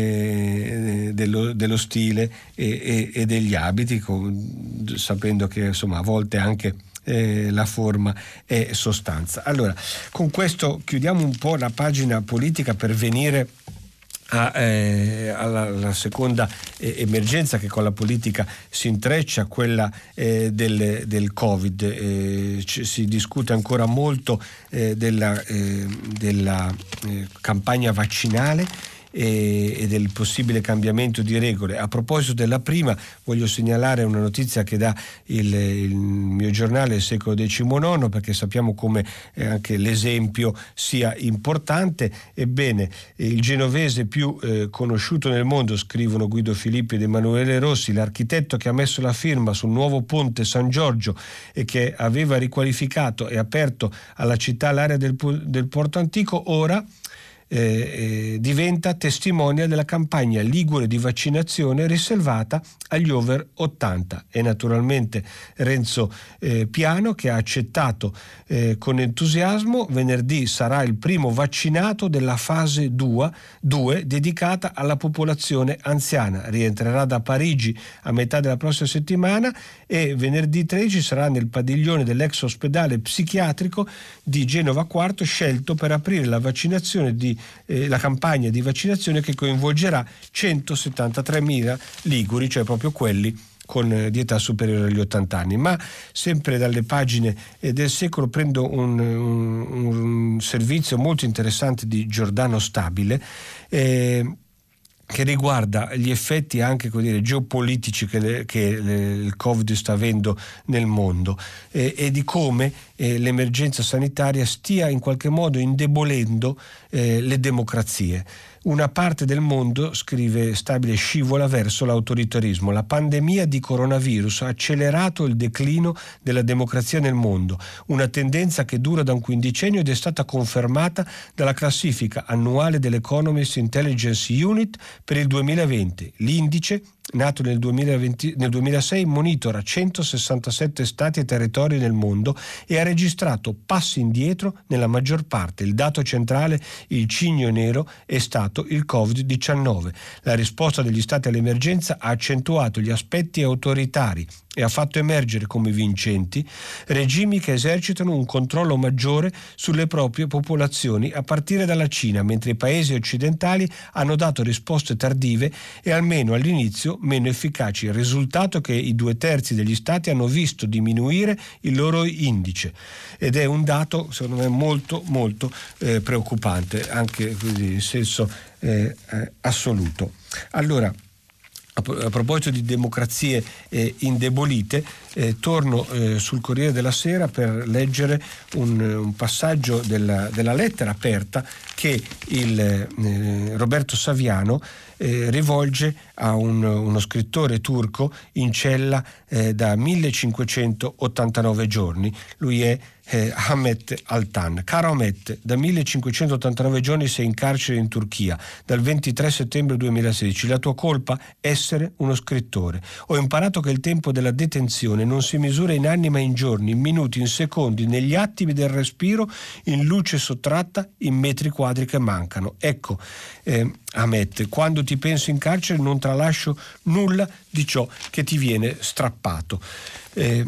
eh, dello, dello stile e, e, e degli abiti, con, sapendo che insomma a volte anche Eh, la forma è sostanza. Allora, con questo chiudiamo un po' la pagina politica per venire a, eh, alla, alla seconda eh, emergenza che con la politica si intreccia, quella eh, del, del Covid. Eh, c- si discute ancora molto eh, della, eh, della eh, campagna vaccinale e del possibile cambiamento di regole. A proposito della prima, voglio segnalare una notizia che dà il, il mio giornale Il Secolo diciannove, perché sappiamo come anche l'esempio sia importante. Ebbene, il genovese più eh, conosciuto nel mondo, scrivono Guido Filippi ed Emanuele Rossi, l'architetto che ha messo la firma sul nuovo ponte San Giorgio e che aveva riqualificato e aperto alla città l'area del, del Porto Antico, ora Eh, eh, diventa testimonial della campagna ligure di vaccinazione riservata agli over ottanta. E naturalmente Renzo eh, Piano, che ha accettato eh, con entusiasmo. Venerdì sarà il primo vaccinato della fase due dedicata alla popolazione anziana. Rientrerà da Parigi a metà della prossima settimana e venerdì tredici sarà nel padiglione dell'ex ospedale psichiatrico di Genova Quarto, scelto per aprire la vaccinazione di Eh, la campagna di vaccinazione che coinvolgerà centosettantatremila liguri, cioè proprio quelli con eh, di età superiore agli ottanta anni. Ma sempre dalle pagine eh, del Secolo prendo un, un, un servizio molto interessante di Giordano Stabile eh, che riguarda gli effetti anche, come dire, geopolitici che, le, che le, il Covid sta avendo nel mondo eh, e di come eh, l'emergenza sanitaria stia in qualche modo indebolendo eh, le democrazie. Una parte del mondo, scrive Stabile, scivola verso l'autoritarismo. La pandemia di coronavirus ha accelerato il declino della democrazia nel mondo, una tendenza che dura da un quindicennio ed è stata confermata dalla classifica annuale dell'Economist Intelligence Unit per il duemilaventi. L'indice, nato nel, duemilaventi, nel duemilasei, monitora centosessantasette stati e territori nel mondo e ha registrato passi indietro nella maggior parte. Il dato centrale, il cigno nero, è stato il covid diciannove. La risposta degli stati all'emergenza ha accentuato gli aspetti autoritari e ha fatto emergere come vincenti regimi che esercitano un controllo maggiore sulle proprie popolazioni, a partire dalla Cina, mentre i paesi occidentali hanno dato risposte tardive e almeno all'inizio meno efficaci. Il risultato è che i due terzi degli stati hanno visto diminuire il loro indice ed è un dato secondo me molto molto eh, preoccupante, anche così in senso eh, eh, assoluto. Allora, a proposito di democrazie eh, indebolite, eh, torno eh, sul Corriere della Sera per leggere un, un passaggio della, della lettera aperta che il eh, Roberto Saviano eh, rivolge a un, uno scrittore turco in cella eh, da millecinquecentottantanove giorni. Lui è Eh, Ahmet Altan. Caro Ahmet, da millecinquecentottantanove giorni sei in carcere in Turchia, dal ventitré settembre duemilasedici. La tua colpa? Essere uno scrittore. Ho imparato che il tempo della detenzione non si misura in anni ma in giorni, in minuti, in secondi, negli attimi del respiro, in luce sottratta, in metri quadri che mancano. Ecco, eh, Ahmet, quando ti penso in carcere non tralascio nulla di ciò che ti viene strappato. Eh,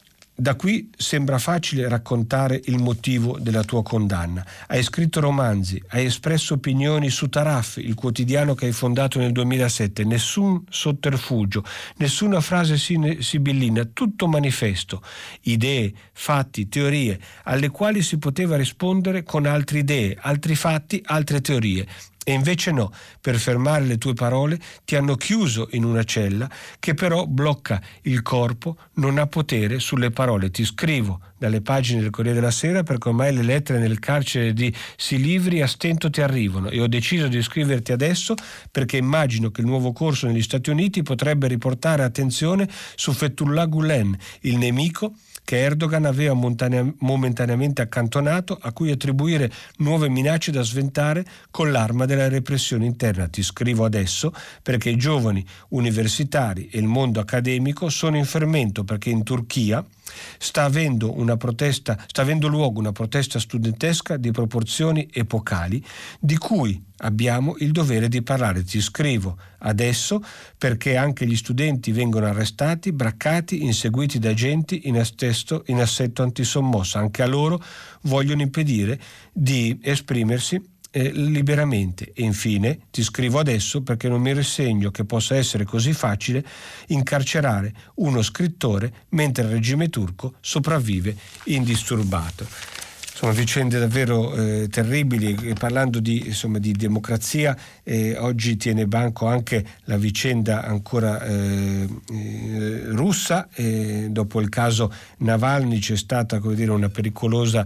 Da qui sembra facile raccontare il motivo della tua condanna. Hai scritto romanzi, hai espresso opinioni su Taraf, il quotidiano che hai fondato nel duemilasette. Nessun sotterfugio, nessuna frase sibillina, tutto manifesto. Idee, fatti, teorie, alle quali si poteva rispondere con altre idee, altri fatti, altre teorie. E invece no, per fermare le tue parole ti hanno chiuso in una cella che però blocca il corpo, non ha potere sulle parole. Ti scrivo dalle pagine del Corriere della Sera perché ormai le lettere nel carcere di Silivri a stento ti arrivano e ho deciso di scriverti adesso perché immagino che il nuovo corso negli Stati Uniti potrebbe riportare attenzione su Fethullah Gulen, il nemico che Erdogan aveva momentaneamente accantonato, a cui attribuire nuove minacce da sventare con l'arma della repressione interna. Ti scrivo adesso perché i giovani universitari e il mondo accademico sono in fermento perché in Turchia sta avendo una protesta, sta avendo luogo una protesta studentesca di proporzioni epocali di cui abbiamo il dovere di parlare. Ti scrivo adesso perché anche gli studenti vengono arrestati, braccati, inseguiti da agenti in, astesto, in assetto antisommossa. Anche a loro vogliono impedire di esprimersi Eh, liberamente. E infine ti scrivo adesso perché non mi rassegno che possa essere così facile incarcerare uno scrittore mentre il regime turco sopravvive indisturbato. Insomma, vicende davvero eh, terribili. E parlando di, insomma, di democrazia, eh, oggi tiene banco anche la vicenda ancora eh, eh, russa. Eh, dopo il caso Navalny c'è stata, come dire, una pericolosa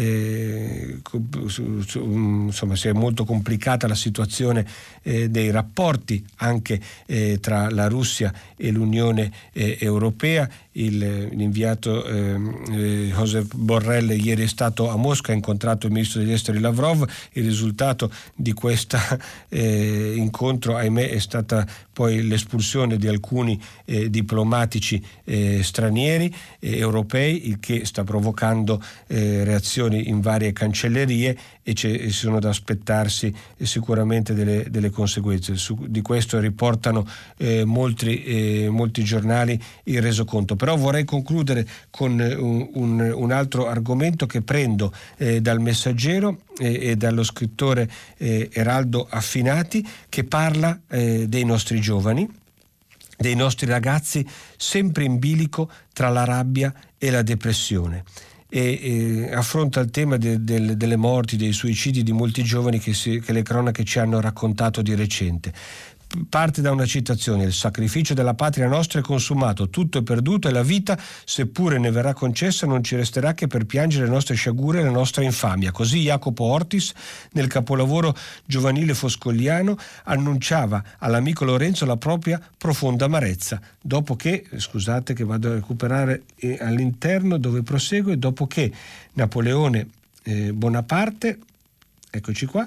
eh, su, su, insomma, si è molto complicata la situazione eh, dei rapporti anche eh, tra la Russia e l'Unione eh, Europea. Il, l'inviato eh, eh, Josep Borrell ieri è stato a Mosca, ha incontrato il ministro degli esteri Lavrov. Il risultato di questo eh, incontro, ahimè, è stata poi l'espulsione di alcuni eh, diplomatici eh, stranieri eh, europei, il che sta provocando eh, reazioni in varie cancellerie e ci sono da aspettarsi eh, sicuramente delle, delle conseguenze. Su, di questo riportano eh, molti, eh, molti giornali il resoconto. Però vorrei concludere con un, un, un altro argomento che prendo eh, dal Messaggero e, e dallo scrittore eh, Eraldo Affinati, che parla eh, dei nostri giovani, dei nostri ragazzi sempre in bilico tra la rabbia e la depressione. E, e affronta il tema de, de, delle morti, dei suicidi di molti giovani che, si, che le cronache ci hanno raccontato di recente. Parte da una citazione: il sacrificio della patria nostra è consumato, tutto è perduto e la vita, seppure ne verrà concessa, non ci resterà che per piangere le nostre sciagure e la nostra infamia. Così Jacopo Ortis, nel capolavoro giovanile foscoliano, annunciava all'amico Lorenzo la propria profonda amarezza, dopo che, scusate che vado a recuperare eh, all'interno dove prosegue, dopo che Napoleone eh, Bonaparte, eccoci qua,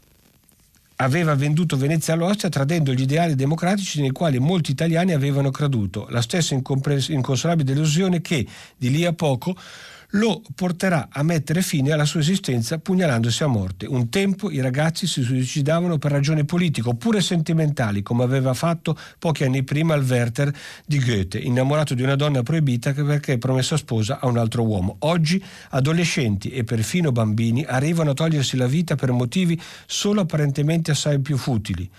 aveva venduto Venezia all'Austria tradendo gli ideali democratici nei quali molti italiani avevano creduto, la stessa inconsolabile delusione che, di lì a poco, lo porterà a mettere fine alla sua esistenza pugnalandosi a morte. Un tempo i ragazzi si suicidavano per ragioni politiche oppure sentimentali, come aveva fatto pochi anni prima il Werther di Goethe, innamorato di una donna proibita perché promessa sposa a un altro uomo. Oggi adolescenti e perfino bambini arrivano a togliersi la vita per motivi solo apparentemente assai più futili.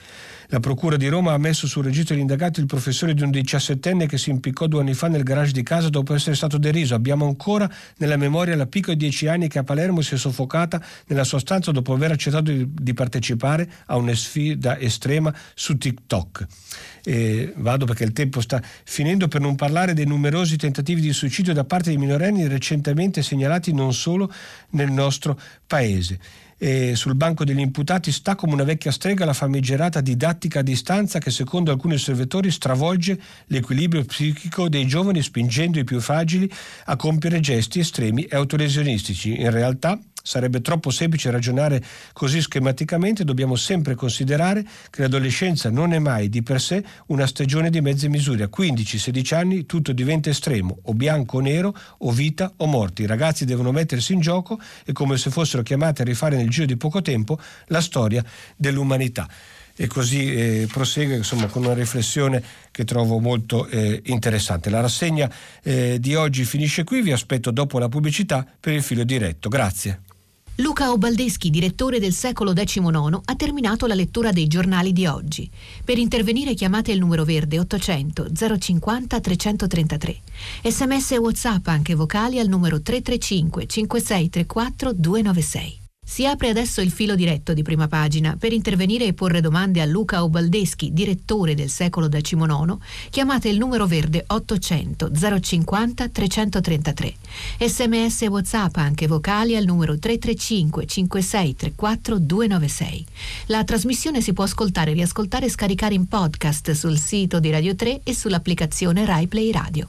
La Procura di Roma ha messo sul registro degli indagati il professore di un diciassettenne che si impiccò due anni fa nel garage di casa dopo essere stato deriso. Abbiamo ancora nella memoria la piccola di dieci anni che a Palermo si è soffocata nella sua stanza dopo aver accettato di, di partecipare a una sfida estrema su TikTok. E vado perché il tempo sta finendo, per non parlare dei numerosi tentativi di suicidio da parte di minorenni recentemente segnalati non solo nel nostro paese. E sul banco degli imputati sta come una vecchia strega la famigerata didattica a distanza che secondo alcuni osservatori stravolge l'equilibrio psichico dei giovani, spingendo i più fragili a compiere gesti estremi e autolesionistici. In realtà sarebbe troppo semplice ragionare così schematicamente. Dobbiamo sempre considerare che l'adolescenza non è mai di per sé una stagione di mezze misure. A quindici sedici anni tutto diventa estremo, o bianco o nero, o vita o morte. I ragazzi devono mettersi in gioco e come se fossero chiamati a rifare nel giro di poco tempo la storia dell'umanità. E così eh, prosegue, insomma, con una riflessione che trovo molto eh, interessante. La rassegna eh, di oggi finisce qui, vi aspetto dopo la pubblicità per il filo diretto. Grazie. Luca Ubaldeschi, direttore del Secolo diciannove, ha terminato la lettura dei giornali di oggi. Per intervenire chiamate il numero verde ottocento zero cinquanta trecentotrentatré. Sms e WhatsApp anche vocali al numero tre tre cinque cinque sei tre quattro due nove sei. Si apre adesso il filo diretto di Prima Pagina. Per intervenire e porre domande a Luca Ubaldeschi, direttore del Secolo diciannove, chiamate il numero verde ottocento zero cinquanta trecentotrentatré. Sms e WhatsApp anche vocali al numero tre tre cinque cinque sei tre quattro due nove sei. La trasmissione si può ascoltare, riascoltare e scaricare in podcast sul sito di Radio tre e sull'applicazione Rai Play Radio.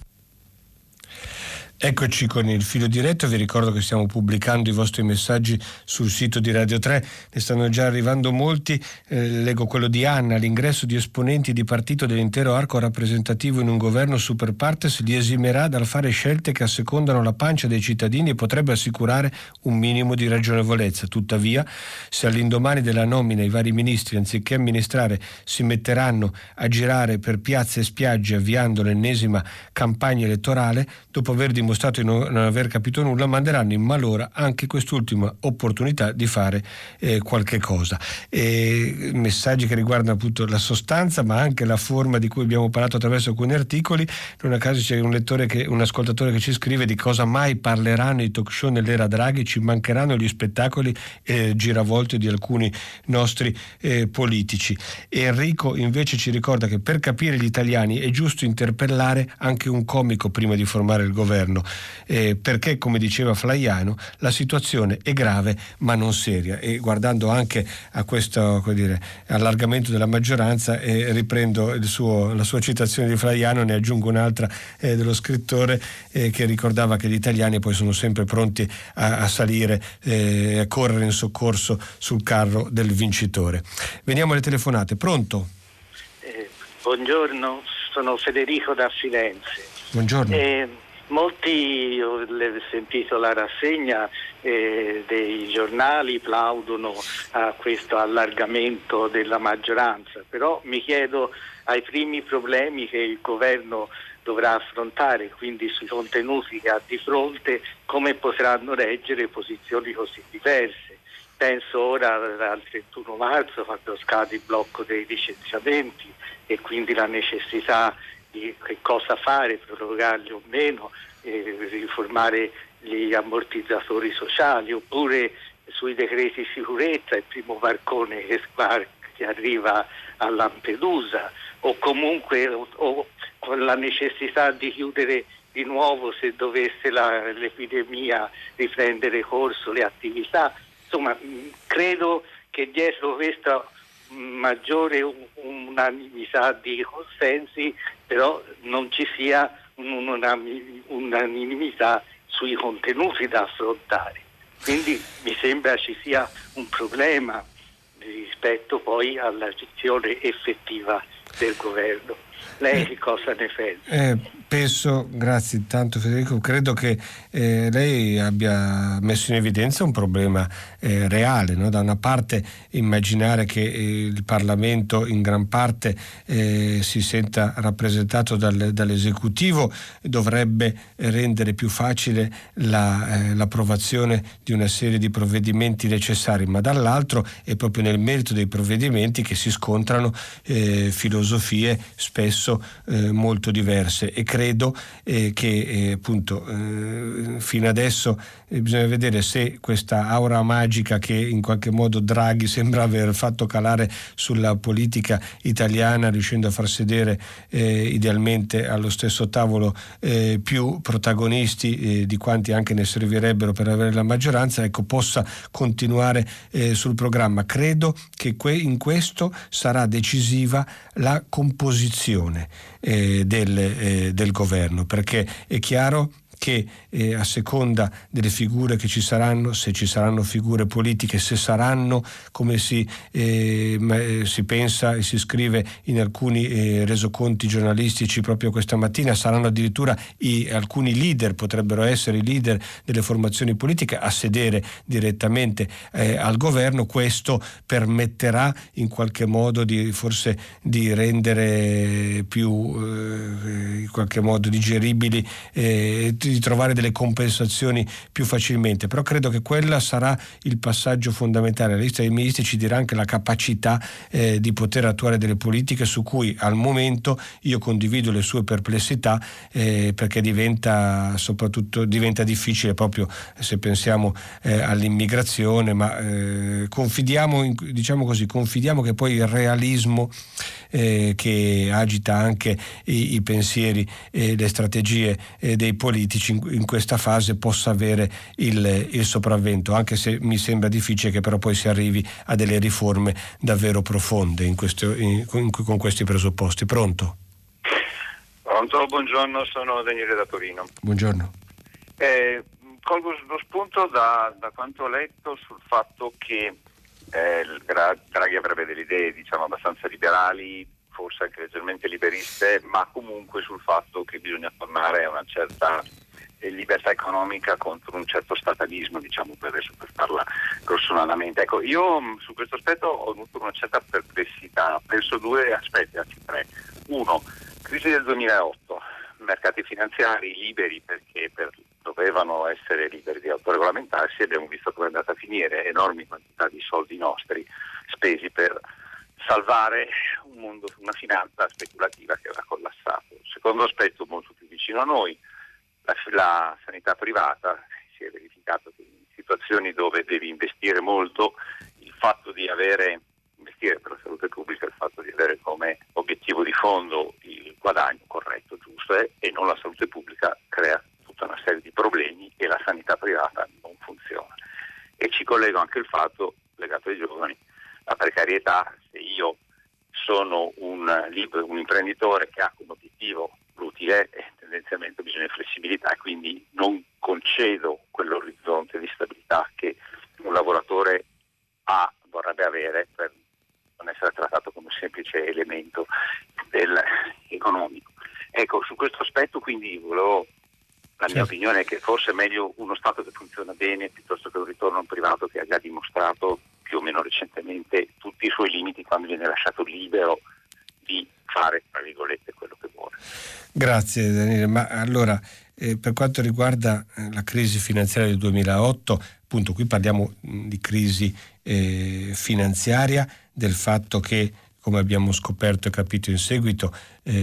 Eccoci con il filo diretto, vi ricordo che stiamo pubblicando i vostri messaggi sul sito di Radio tre, ne stanno già arrivando molti, eh, leggo quello di Anna: l'ingresso di esponenti di partito dell'intero arco rappresentativo in un governo super partes li esimerà dal fare scelte che assecondano la pancia dei cittadini e potrebbe assicurare un minimo di ragionevolezza. Tuttavia, se all'indomani della nomina i vari ministri, anziché amministrare, si metteranno a girare per piazze e spiagge avviando l'ennesima campagna elettorale, dopo aver dimostrato dimostrato di non aver capito nulla, manderanno in malora anche quest'ultima opportunità di fare eh, qualche cosa. E messaggi che riguardano appunto la sostanza ma anche la forma di cui abbiamo parlato attraverso alcuni articoli. Non a caso c'è un lettore che, un ascoltatore che ci scrive: di cosa mai parleranno i talk show nell'era Draghi, ci mancheranno gli spettacoli e giravolte di alcuni nostri eh, politici. E Enrico invece ci ricorda che per capire gli italiani è giusto interpellare anche un comico prima di formare il governo. Eh, perché, come diceva Flaiano, la situazione è grave ma non seria. E guardando anche a questo, come dire, allargamento della maggioranza, eh, riprendo il suo, la sua citazione di Flaiano, ne aggiungo un'altra eh, dello scrittore eh, che ricordava che gli italiani poi sono sempre pronti a, a salire, eh, a correre in soccorso sul carro del vincitore. Veniamo alle telefonate. Pronto? Eh, buongiorno, sono Federico da Firenze. Buongiorno. Eh, Molti, ho sentito la rassegna eh, dei giornali, plaudono a questo allargamento della maggioranza, però mi chiedo ai primi problemi che il governo dovrà affrontare, quindi sui contenuti che ha di fronte, come potranno reggere posizioni così diverse. Penso ora al trentuno marzo, quando scade il blocco dei licenziamenti e quindi la necessità di che cosa fare, prorogarli o meno, eh, riformare gli ammortizzatori sociali, oppure sui decreti sicurezza, il primo barcone che, che arriva a Lampedusa, o comunque o, o con la necessità di chiudere di nuovo se dovesse la, l'epidemia riprendere corso, le attività. Insomma, credo che dietro questa maggiore unanimità di consensi però non ci sia un'unanimità sui contenuti da affrontare. Quindi mi sembra ci sia un problema rispetto poi alla gestione effettiva del governo. Lei che cosa ne pensa? Eh, penso, grazie intanto Federico, credo che eh, lei abbia messo in evidenza un problema eh, reale, no? Da una parte immaginare che eh, il Parlamento in gran parte eh, si senta rappresentato dal, dall'esecutivo dovrebbe rendere più facile la, eh, l'approvazione di una serie di provvedimenti necessari, ma dall'altro è proprio nel merito dei provvedimenti che si scontrano eh, filosofie spesso eh, molto diverse, e credo eh, che eh, appunto eh, fino adesso eh, bisogna vedere se questa aura magica che in qualche modo Draghi sembra aver fatto calare sulla politica italiana, riuscendo a far sedere eh, idealmente allo stesso tavolo eh, più protagonisti eh, di quanti anche ne servirebbero per avere la maggioranza, ecco, possa continuare eh, sul programma. Credo che que- in questo sarà decisiva la composizione eh, del, eh, del governo, perché è chiaro che eh, a seconda delle figure che ci saranno, se ci saranno figure politiche, se saranno, come si, eh, si pensa e si scrive in alcuni eh, resoconti giornalistici proprio questa mattina, saranno addirittura i, alcuni leader, potrebbero essere i leader delle formazioni politiche a sedere direttamente eh, al governo. Questo permetterà in qualche modo di forse di rendere più eh, in qualche modo digeribili eh, di trovare delle compensazioni più facilmente, però credo che quella sarà il passaggio fondamentale. La lista dei ministri ci dirà anche la capacità eh, di poter attuare delle politiche su cui al momento io condivido le sue perplessità, eh, perché diventa soprattutto diventa difficile proprio se pensiamo eh, all'immigrazione, ma eh, confidiamo in, diciamo così confidiamo che poi il realismo eh, che agita anche i, i pensieri e le strategie eh, dei politici in, in questa fase possa avere il, il sopravvento, anche se mi sembra difficile che però poi si arrivi a delle riforme davvero profonde in questo, in, in, con questi presupposti. Pronto? Pronto, buongiorno, sono Daniele da Torino. Buongiorno. Eh, colgo lo spunto da, da quanto ho letto sul fatto che eh, Draghi avrebbe delle idee, diciamo, abbastanza liberali, forse anche leggermente liberiste, ma comunque sul fatto che bisogna tornare a una certa libertà economica contro un certo statalismo, diciamo, per adesso, per farla grossolanamente. Ecco, io su questo aspetto ho avuto una certa perplessità. Penso due aspetti, anzi tre. Uno, crisi del duemilaotto, mercati finanziari liberi perché per, dovevano essere liberi di autoregolamentarsi, abbiamo visto come è andata a finire, enormi quantità di soldi nostri spesi per salvare un mondo, una finanza speculativa che era collassato. Secondo aspetto molto più vicino a noi, la, la sanità privata. Si è verificato che in situazioni dove devi investire molto, il fatto di avere investire per la salute pubblica, il fatto di avere come obiettivo di fondo il guadagno corretto, giusto, eh, e non la salute pubblica, crea tutta una serie di problemi e la sanità privata non funziona. E ci collego anche il fatto legato ai giovani, la precarietà. Se io sono un, un imprenditore che ha come obiettivo l'utile, eh, tendenzialmente bisogna flessibilità, e quindi non concedo quell'orizzonte di stabilità che un lavoratore ha, vorrebbe avere, per non essere trattato come un semplice elemento del economico. Ecco, su questo aspetto quindi volevo, la mia certo. opinione è che forse è meglio uno Stato che funziona bene piuttosto che un ritorno a un privato che ha già dimostrato più o meno recentemente tutti i suoi limiti quando viene lasciato libero di fare, tra virgolette, quello che vuole. Grazie Daniele, ma allora eh, per quanto riguarda eh, la crisi finanziaria del duemilaotto, appunto qui parliamo mh, di crisi eh, finanziaria, del fatto che, come abbiamo scoperto e capito in seguito,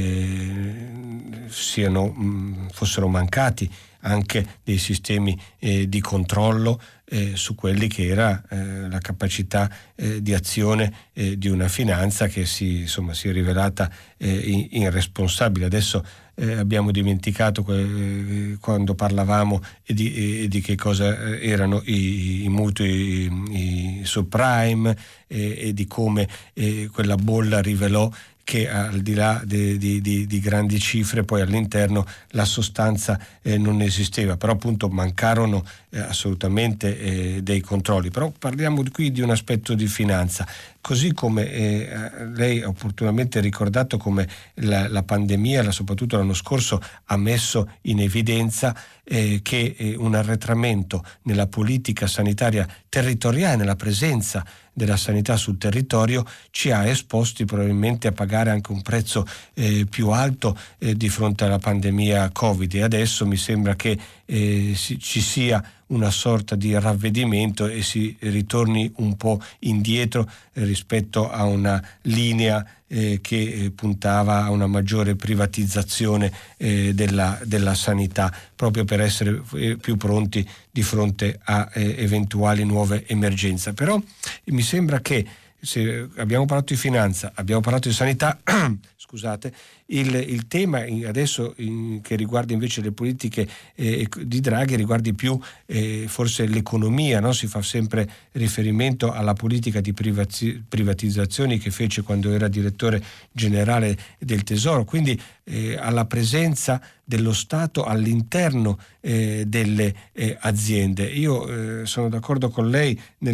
eh, siano, mh, fossero mancati anche dei sistemi eh, di controllo eh, su quelli che era eh, la capacità eh, di azione eh, di una finanza che si, insomma, si è rivelata eh, irresponsabile. Adesso eh, abbiamo dimenticato que- quando parlavamo e di, e di che cosa erano i, i mutui i, i subprime e, e di come eh, quella bolla rivelò che al di là di, di, di, di grandi cifre poi all'interno la sostanza eh, non esisteva, però appunto mancarono eh, assolutamente eh, dei controlli. Però parliamo qui di un aspetto di finanza, così come eh, lei ha opportunamente ricordato come la, la pandemia, soprattutto l'anno scorso, ha messo in evidenza eh, che eh, un arretramento nella politica sanitaria territoriale, nella presenza della sanità sul territorio, ci ha esposti probabilmente a pagare anche un prezzo eh, più alto eh, di fronte alla pandemia Covid, e adesso mi sembra che eh, si, ci sia una sorta di ravvedimento e si ritorni un po' indietro eh, rispetto a una linea eh, che eh, puntava a una maggiore privatizzazione eh, della, della sanità, proprio per essere eh, più pronti di fronte a eh, eventuali nuove emergenze. Però mi sembra che, se abbiamo parlato di finanza, abbiamo parlato di sanità, scusate, il, il tema adesso in, che riguarda invece le politiche eh, di Draghi riguardi più eh, forse l'economia, no? Si fa sempre riferimento alla politica di privazi, privatizzazioni che fece quando era direttore generale del Tesoro, quindi eh, alla presenza dello Stato all'interno eh, delle eh, aziende. Io eh, sono d'accordo con lei nel,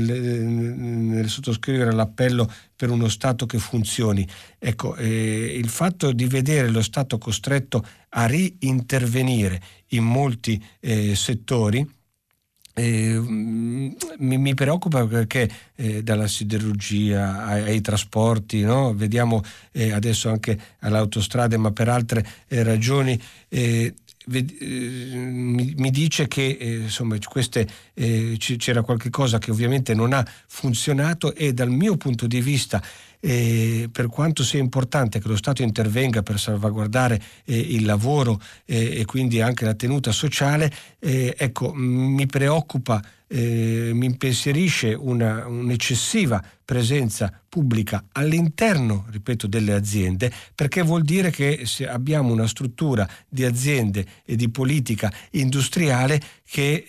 nel sottoscrivere l'appello per uno Stato che funzioni. Ecco, eh, il fatto di vedere lo Stato costretto a rintervenire in molti eh, settori Eh, mi, mi preoccupa, perché eh, dalla siderurgia ai, ai trasporti, no? Vediamo eh, adesso anche alle autostrade, ma per altre eh, ragioni eh, ved- eh, mi, mi dice che eh, insomma queste eh, c- c'era qualche cosa che ovviamente non ha funzionato, e dal mio punto di vista, Eh, per quanto sia importante che lo Stato intervenga per salvaguardare eh, il lavoro eh, e quindi anche la tenuta sociale, eh, ecco, mi preoccupa, eh, mi impensierisce una, un'eccessiva presenza pubblica all'interno, ripeto, delle aziende, perché vuol dire che se abbiamo una struttura di aziende e di politica industriale che,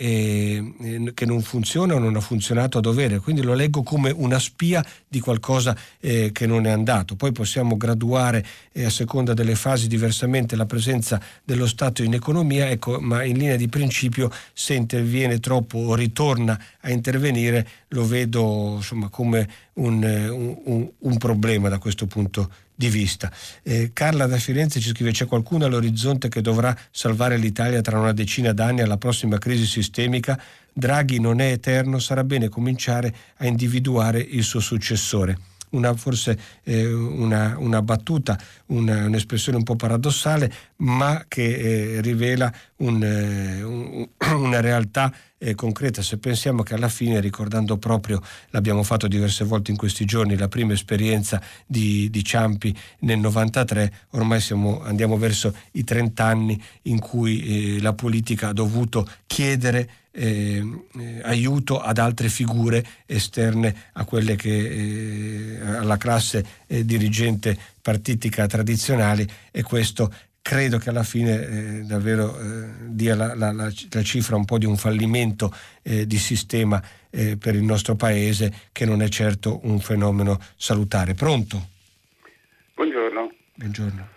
eh, che non funziona o non ha funzionato a dovere, quindi lo leggo come una spia di qualcosa eh, che non è andato. Poi possiamo graduare eh, a seconda delle fasi diversamente la presenza dello Stato in economia, ecco, ma in linea di principio, se interviene troppo o ritorna a intervenire, lo vedo insomma come un, un, un problema da questo punto di vista. Eh, Carla da Firenze ci scrive: c'è qualcuno all'orizzonte che dovrà salvare l'Italia tra una decina d'anni alla prossima crisi sistemica? Draghi non è eterno, sarà bene cominciare a individuare il suo successore. Una, forse eh, una, una battuta, una, un'espressione un po' paradossale, ma che eh, rivela un, eh, un, una realtà eh, concreta. Se pensiamo che alla fine, ricordando proprio, l'abbiamo fatto diverse volte in questi giorni, la prima esperienza di, di Ciampi nel novantatré, ormai siamo, andiamo verso i trent'anni in cui eh, la politica ha dovuto chiedere Eh, eh, aiuto ad altre figure esterne a quelle che eh, alla classe eh, dirigente partitica tradizionali, e questo credo che alla fine eh, davvero eh, dia la, la, la, la cifra un po' di un fallimento eh, di sistema eh, per il nostro paese, che non è certo un fenomeno salutare. Pronto? Buongiorno. Buongiorno.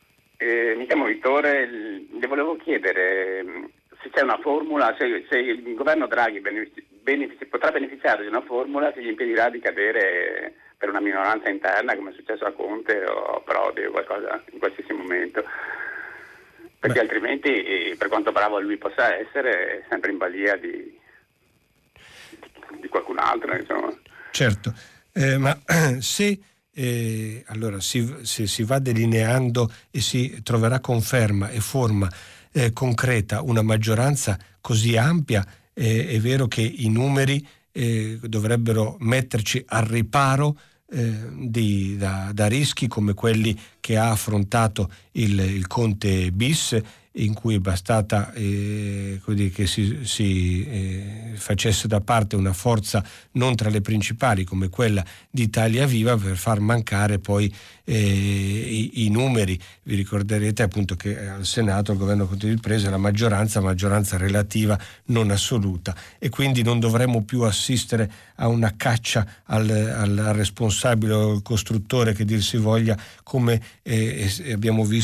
Eh, mi chiamo Vittore, le volevo chiedere se c'è una formula, se, se il governo Draghi benefici, benefici, potrà beneficiare di una formula che gli impedirà di cadere per una minoranza interna, come è successo a Conte o a Prodi o qualcosa in qualsiasi momento, perché Beh. altrimenti, per quanto bravo lui possa essere, è sempre in balia di, di qualcun altro, insomma. Certo, eh, ma se eh, allora si, se si va delineando e si troverà conferma e forma Eh, concreta una maggioranza così ampia, eh, è vero che i numeri eh, dovrebbero metterci al riparo eh, di, da, da rischi come quelli che ha affrontato il, il Conte bis, in cui è bastata eh, che si, si eh, facesse da parte una forza non tra le principali come quella di Italia Viva per far mancare poi eh, i, i numeri. Vi ricorderete appunto che al Senato il governo Conte prese la maggioranza, maggioranza relativa non assoluta, e quindi non dovremmo più assistere a una caccia al, al responsabile o al costruttore, che dir si voglia, come eh, abbiamo visto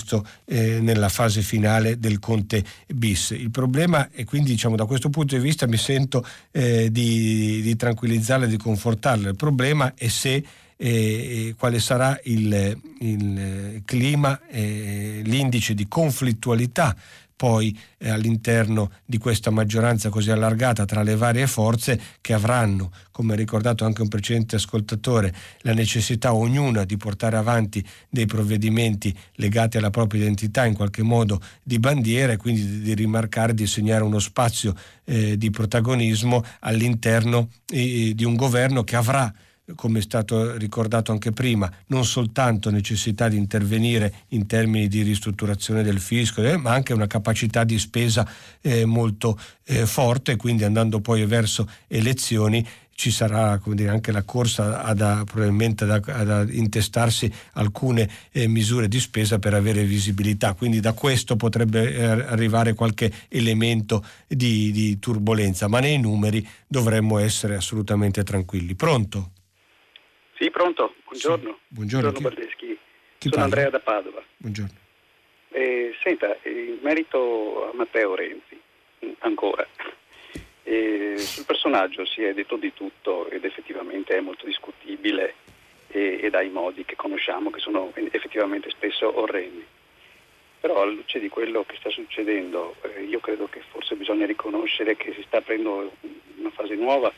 previsto eh, nella fase finale del Conte bis. Il problema, e quindi diciamo da questo punto di vista mi sento eh, di, di tranquillizzarla e di confortarla, il problema è se eh, quale sarà il, il clima, eh, l'indice di conflittualità poi eh, all'interno di questa maggioranza così allargata tra le varie forze, che avranno, come ha ricordato anche un precedente ascoltatore, la necessità ognuna di portare avanti dei provvedimenti legati alla propria identità, in qualche modo di bandiera, e quindi di, di rimarcare, di segnare uno spazio eh, di protagonismo all'interno eh, di un governo che avrà, come è stato ricordato anche prima, non soltanto necessità di intervenire in termini di ristrutturazione del fisco, eh, ma anche una capacità di spesa eh, molto eh, forte, quindi andando poi verso elezioni ci sarà, come dire, anche la corsa ad, a, probabilmente ad, ad intestarsi alcune eh, misure di spesa per avere visibilità, quindi da questo potrebbe eh, arrivare qualche elemento di, di turbolenza, ma nei numeri dovremmo essere assolutamente tranquilli. Pronto? Sì, pronto, buongiorno. Sì. Buongiorno, buongiorno Baldeschi. Chi Sono parla? Andrea da Padova. Buongiorno. Eh, senta, in merito a Matteo Renzi, ancora, eh, sul personaggio si è detto di tutto ed effettivamente è molto discutibile e, e dai modi che conosciamo, che sono effettivamente spesso orrendi. Però alla luce di quello che sta succedendo, eh, io credo che forse bisogna riconoscere che si sta aprendo una fase nuova,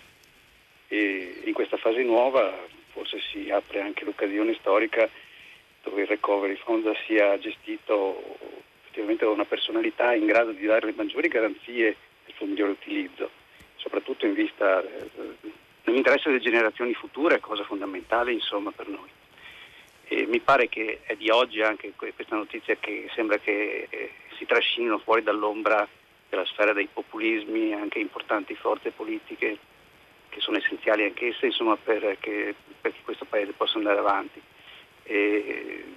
e in questa fase nuova forse si apre anche l'occasione storica dove il Recovery Fund sia gestito effettivamente da una personalità in grado di dare le maggiori garanzie del suo migliore utilizzo, soprattutto in vista eh, nell'interesse delle generazioni future, cosa fondamentale insomma per noi. E mi pare che è di oggi anche questa notizia che sembra che eh, si trascinino fuori dall'ombra della sfera dei populismi anche importanti forze politiche che sono essenziali anch'esse insomma per che, perché questo paese possa andare avanti. E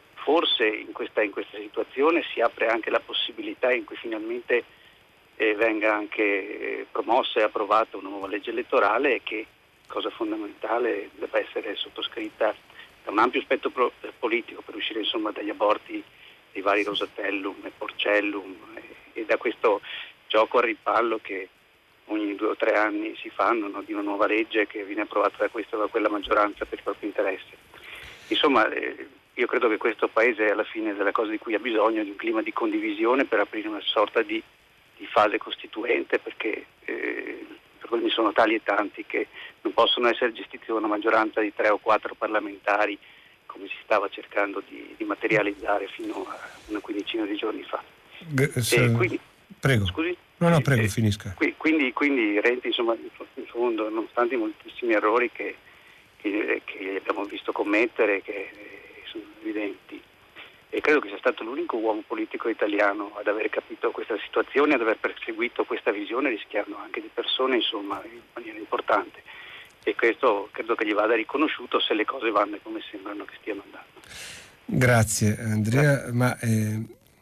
forse in questa, in questa situazione si apre anche la possibilità in cui finalmente eh, venga anche eh, promossa e approvata una nuova legge elettorale e che, cosa fondamentale, debba essere sottoscritta da un ampio spettro pro- politico per uscire insomma dagli aborti dei vari Rosatellum e Porcellum e, e da questo gioco a rimpallo che ogni due o tre anni si fanno, no, di una nuova legge che viene approvata da questa o da quella maggioranza per il proprio interesse. Insomma, eh, io credo che questo Paese alla fine della cosa di cui ha bisogno di un clima di condivisione per aprire una sorta di, di fase costituente, perché eh, i problemi sono tali e tanti che non possono essere gestiti da una maggioranza di tre o quattro parlamentari come si stava cercando di, di materializzare fino a una quindicina di giorni fa. G- se... e quindi, prego. Scusi? No, no, prego, eh, finisca. Quindi, quindi Renzi, insomma, in fondo, nonostante i moltissimi errori che, che, che abbiamo visto commettere, che sono evidenti, e credo che sia stato l'unico uomo politico italiano ad aver capito questa situazione, ad aver perseguito questa visione, rischiando anche di persone, insomma, in maniera importante. E questo credo che gli vada riconosciuto se le cose vanno come sembrano che stiano andando. Grazie Andrea, Grazie. ma eh,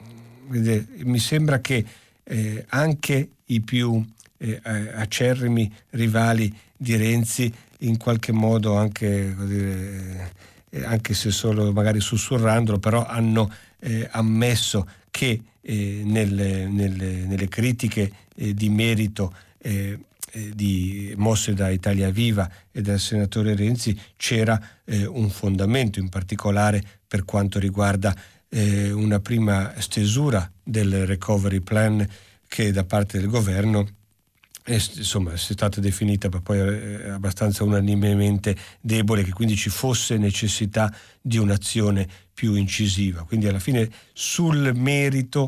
vede, mi sembra che Eh, anche i più eh, acerrimi rivali di Renzi in qualche modo, anche, dire, eh, anche se solo magari sussurrandolo, però hanno eh, ammesso che eh, nelle, nelle, nelle critiche eh, di merito eh, eh, di, mosse da Italia Viva e dal senatore Renzi c'era eh, un fondamento, in particolare per quanto riguarda Eh, una prima stesura del recovery plan che da parte del governo è, insomma, è stata definita ma poi eh, abbastanza unanimemente debole, che quindi ci fosse necessità di un'azione più incisiva. Quindi alla fine sul merito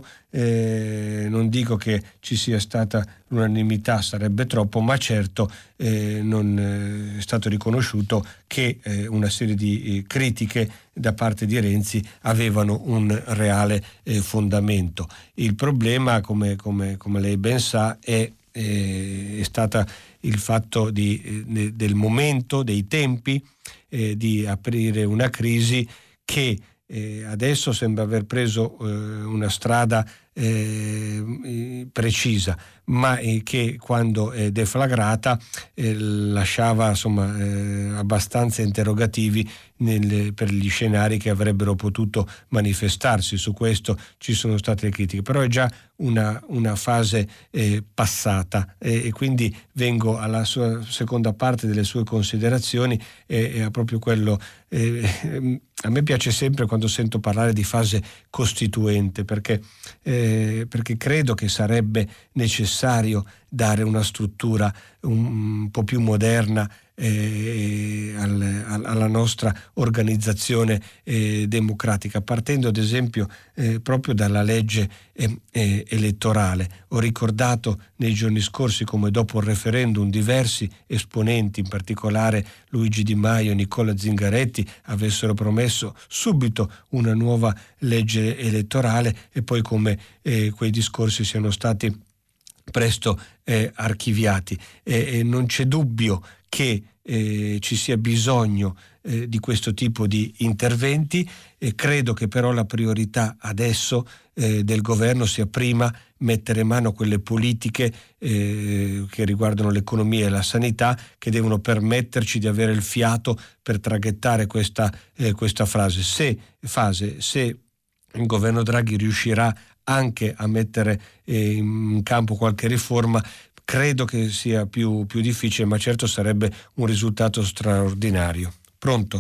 eh, non dico che ci sia stata l'unanimità, sarebbe troppo, ma certo eh, non eh, è stato riconosciuto che eh, una serie di eh, critiche da parte di Renzi avevano un reale eh, fondamento. Il problema, come, come, come lei ben sa, è, eh, è stata il fatto di, eh, del momento, dei tempi, eh, di aprire una crisi che Eh, adesso sembra aver preso eh, una strada eh, precisa, ma eh, che quando è deflagrata eh, lasciava insomma eh, abbastanza interrogativi nel, per gli scenari che avrebbero potuto manifestarsi. Su questo ci sono state le critiche, però è già una, una fase eh, passata e, e quindi vengo alla sua seconda parte delle sue considerazioni e, e a proprio quello. Eh, a me piace sempre quando sento parlare di fase costituente, perché, eh, perché credo che sarebbe necessario dare una struttura un, un po' più moderna eh, al, al, alla nostra organizzazione eh, democratica, partendo ad esempio eh, proprio dalla legge eh, eh, elettorale. Ho ricordato nei giorni scorsi come dopo il referendum diversi esponenti, in particolare Luigi Di Maio e Nicola Zingaretti, avessero promesso subito una nuova legge elettorale e poi come eh, quei discorsi siano stati presto eh, archiviati. E, e non c'è dubbio che eh, ci sia bisogno eh, di questo tipo di interventi e credo che però la priorità adesso eh, del governo sia prima mettere mano a quelle politiche eh, che riguardano l'economia e la sanità, che devono permetterci di avere il fiato per traghettare questa, eh, questa frase. Se, fase. Se il governo Draghi riuscirà anche a mettere eh, in campo qualche riforma, credo che sia più, più difficile, ma certo sarebbe un risultato straordinario. Pronto?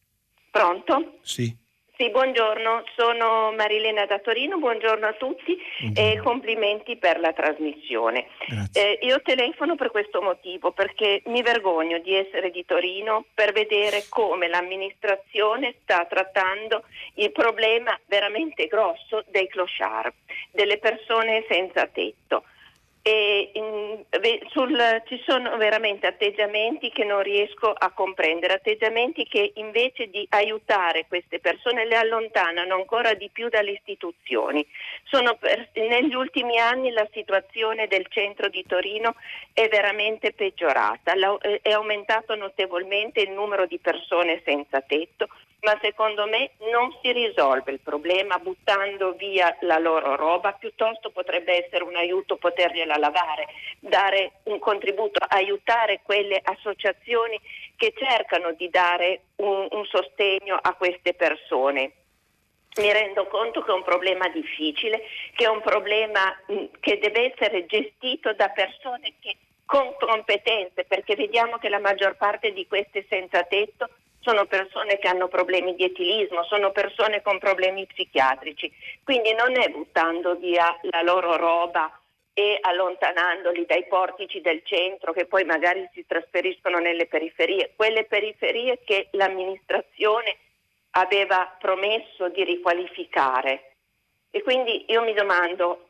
Pronto? Sì. Sì, buongiorno, sono Marilena da Torino, buongiorno a tutti e complimenti per la trasmissione. Eh, io telefono per questo motivo, perché mi vergogno di essere di Torino per vedere come l'amministrazione sta trattando il problema veramente grosso dei clochard, delle persone senza tetto. E in, sul, ci sono veramente atteggiamenti che non riesco a comprendere, atteggiamenti che invece di aiutare queste persone le allontanano ancora di più dalle istituzioni. Sono per, negli ultimi anni la situazione del centro di Torino è veramente peggiorata, la, è aumentato notevolmente il numero di persone senza tetto, ma secondo me non si risolve il problema buttando via la loro roba, piuttosto potrebbe essere un aiuto potergliela lavare, dare un contributo, aiutare quelle associazioni che cercano di dare un, un sostegno a queste persone. Mi rendo conto che è un problema difficile, che è un problema mh, che deve essere gestito da persone che, con competenze, perché vediamo che la maggior parte di queste senza tetto sono persone che hanno problemi di etilismo, sono persone con problemi psichiatrici, quindi non è buttando via la loro roba e allontanandoli dai portici del centro che poi magari si trasferiscono nelle periferie, quelle periferie che l'amministrazione aveva promesso di riqualificare. E quindi io mi domando,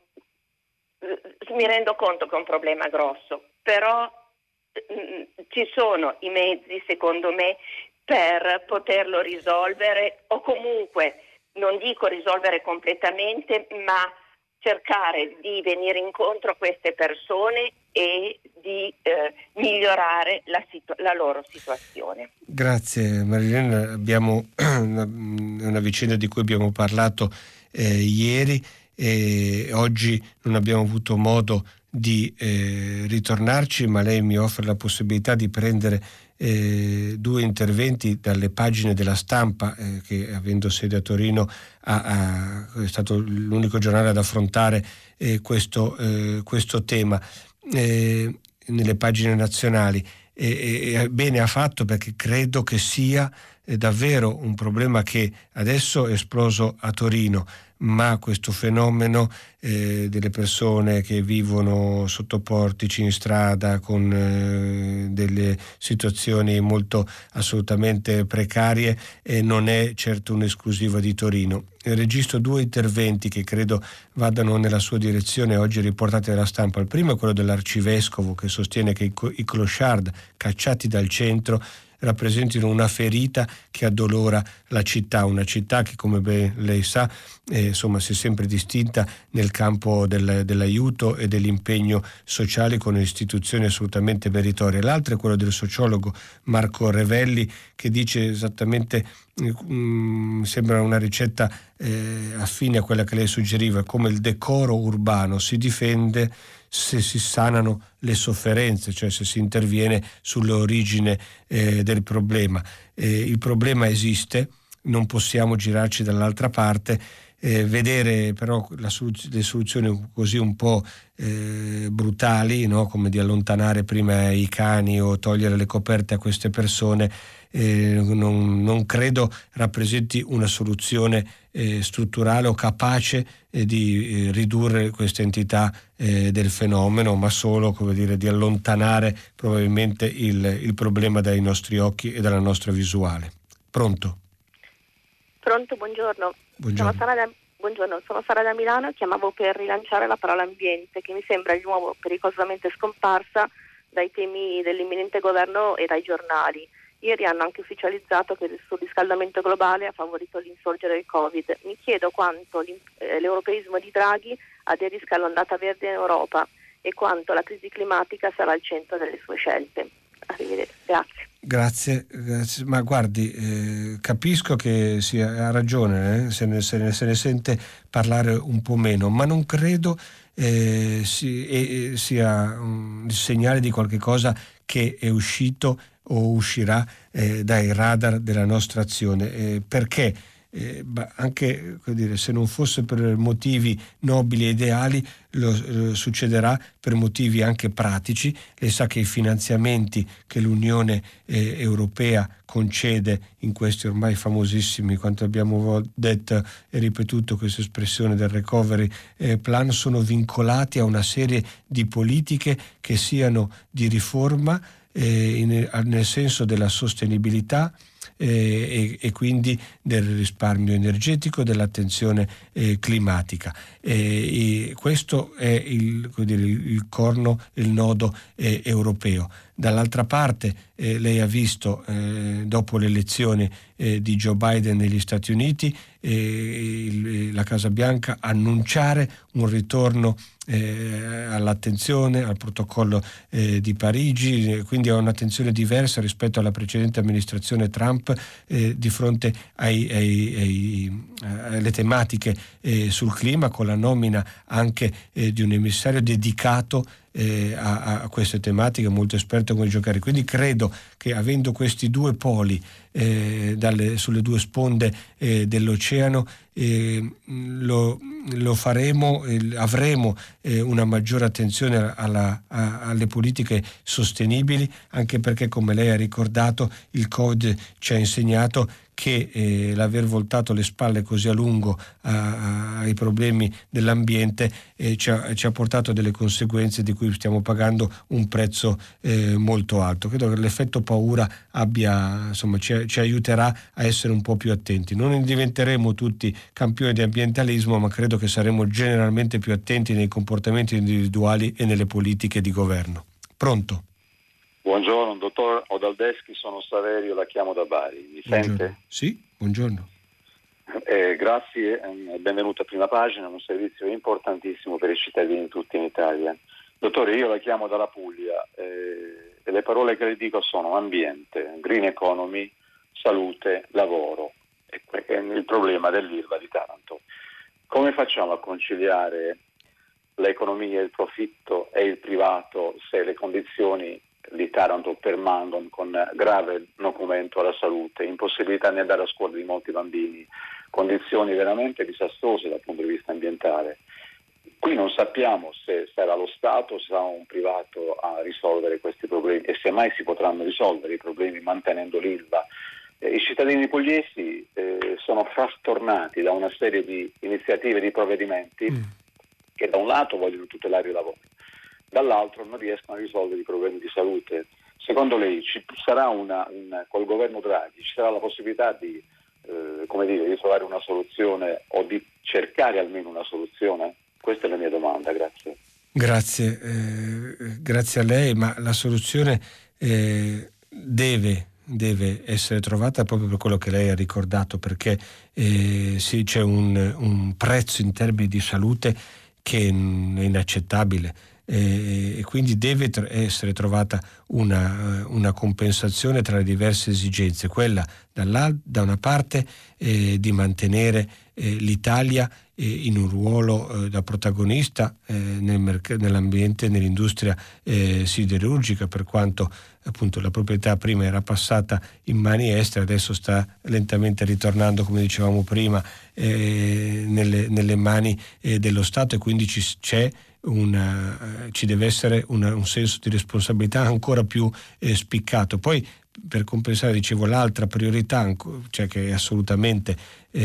mi rendo conto che è un problema grosso, però mh, ci sono i mezzi, secondo me, per poterlo risolvere, o comunque non dico risolvere completamente, ma cercare di venire incontro a queste persone e di eh, migliorare la, situ- la loro situazione. Grazie Marilena, abbiamo una, una vicenda di cui abbiamo parlato eh, ieri e oggi non abbiamo avuto modo di eh, ritornarci, ma lei mi offre la possibilità di prendere eh, due interventi dalle pagine della Stampa eh, che, avendo sede a Torino, ha, ha, è stato l'unico giornale ad affrontare eh, questo, eh, questo tema eh, nelle pagine nazionali. E, e bene ha fatto, perché credo che sia eh, davvero un problema che adesso è esploso a Torino, ma questo fenomeno eh, delle persone che vivono sotto portici, in strada, con eh, delle situazioni molto assolutamente precarie, eh, non è certo un'esclusiva di Torino. Registro due interventi che credo vadano nella sua direzione, oggi riportati dalla Stampa. Il primo è quello dell'arcivescovo, che sostiene che i, i clochard cacciati dal centro rappresentino una ferita che addolora la città, una città che, come ben lei sa, eh, insomma, si è sempre distinta nel campo del, dell'aiuto e dell'impegno sociale con istituzioni assolutamente meritorie. L'altro è quello del sociologo Marco Revelli, che dice esattamente mh, sembra una ricetta eh, affine a quella che lei suggeriva, come il decoro urbano si difende se si sanano le sofferenze, cioè se si interviene sull'origine eh, del problema. Eh, il problema esiste, non possiamo girarci dall'altra parte. Eh, vedere però la soluz- le soluzioni così un po' eh, brutali, no? Come di allontanare prima i cani o togliere le coperte a queste persone, eh, non, non credo rappresenti una soluzione eh, strutturale o capace eh, di eh, ridurre questa entità eh, del fenomeno, ma solo, come dire, di allontanare probabilmente il, il problema dai nostri occhi e dalla nostra visuale. Pronto? Pronto, buongiorno. Buongiorno. Sono Sara da, buongiorno, sono Sara da Milano, chiamavo per rilanciare la parola ambiente, che mi sembra di nuovo pericolosamente scomparsa dai temi dell'imminente governo e dai giornali. Ieri hanno anche ufficializzato che il surriscaldamento globale ha favorito l'insorgere del Covid. Mi chiedo quanto l'europeismo di Draghi aderisca all'ondata verde in Europa e quanto la crisi climatica sarà al centro delle sue scelte. Arrivederci, grazie. Grazie, grazie. Ma guardi, eh, capisco che sia, ha ragione, eh, se, ne, se, ne, se ne sente parlare un po' meno, ma non credo eh, si, eh, sia um, il segnale di qualche cosa che è uscito o uscirà eh, dai radar della nostra azione. Eh, perché? Eh, anche dire, se non fosse per motivi nobili e ideali, lo, lo succederà per motivi anche pratici. Lei sa che i finanziamenti che l'Unione eh, Europea concede in questi ormai famosissimi, quanto abbiamo detto e ripetuto questa espressione del recovery eh, plan, sono vincolati a una serie di politiche che siano di riforma eh, in, nel senso della sostenibilità E, e quindi del risparmio energetico, dell'attenzione eh, climatica. E, e questo è il, dire, il corno, il nodo eh, europeo. Dall'altra parte eh, lei ha visto eh, dopo l'elezione eh, di Joe Biden negli Stati Uniti eh, il, la Casa Bianca annunciare un ritorno eh, all'attenzione al protocollo eh, di Parigi, eh, quindi a un'attenzione diversa rispetto alla precedente amministrazione Trump eh, di fronte ai, ai, ai, alle tematiche eh, sul clima, con la nomina anche eh, di un emissario dedicato Eh, a, a queste tematiche, molto esperto come giocare. Quindi credo che avendo questi due poli eh, dalle, sulle due sponde eh, dell'oceano eh, lo, lo faremo, eh, avremo eh, una maggiore attenzione alla, a, alle politiche sostenibili, anche perché, come lei ha ricordato, il Covid ci ha insegnato che eh, l'aver voltato le spalle così a lungo a, a, ai problemi dell'ambiente eh, ci, ha, ci ha portato delle conseguenze di cui stiamo pagando un prezzo eh, molto alto. Credo che l'effetto paura abbia, insomma, ci, ci aiuterà a essere un po' più attenti. Non diventeremo tutti campioni di ambientalismo, ma credo che saremo generalmente più attenti nei comportamenti individuali e nelle politiche di governo. Pronto? Buongiorno, dottor Odaldeschi, sono Saverio, la chiamo da Bari. Mi Buongiorno. Sente? Sì, buongiorno. Eh, grazie e benvenuto a Prima Pagina, un servizio importantissimo per i cittadini tutti in Italia. Dottore, io la chiamo dalla Puglia eh, e le parole che le dico sono ambiente, green economy, salute, lavoro. E è il problema dell'Ilva di Taranto. Come facciamo a conciliare l'economia, il profitto e il privato se le condizioni di Taranto permangono, con grave nocumento alla salute, impossibilità di andare a scuola di molti bambini, condizioni veramente disastrose dal punto di vista ambientale. Qui non sappiamo se sarà lo Stato o sarà un privato a risolvere questi problemi e se mai si potranno risolvere i problemi mantenendo l'Ilva. Eh, I cittadini pugliesi eh, sono frastornati da una serie di iniziative, di provvedimenti mm. che da un lato vogliono tutelare i lavori, dall'altro non riescono a risolvere i problemi di salute. Secondo lei ci sarà una, una col governo Draghi ci sarà la possibilità di, eh, come dire, di trovare una soluzione o di cercare almeno una soluzione? Questa è la mia domanda, grazie. Grazie, eh, grazie a lei, ma la soluzione eh, deve, deve essere trovata proprio per quello che lei ha ricordato, perché eh, sì, c'è un, un prezzo in termini di salute che è inaccettabile. eh, e quindi deve tr- essere trovata una, una compensazione tra le diverse esigenze, quella da una parte eh, di mantenere eh, l'Italia eh, in un ruolo eh, da protagonista eh, nel merc- nell'ambiente, nell'industria eh, siderurgica, per quanto appunto la proprietà prima era passata in mani estere, adesso sta lentamente ritornando, come dicevamo prima, eh, nelle, nelle mani eh, dello Stato, e quindi ci, c'è una, ci deve essere una, un senso di responsabilità ancora più eh, spiccato. Poi, per compensare, dicevo, l'altra priorità, cioè che è assolutamente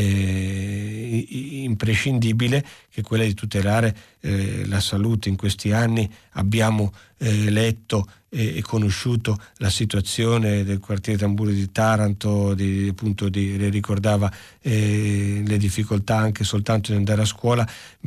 eh, imprescindibile, che è quella di tutelare eh, la salute. In questi anni abbiamo eh, letto e, e conosciuto la situazione del quartiere Tamburi di Taranto, di, appunto di, ricordava eh, le difficoltà anche soltanto di andare a scuola.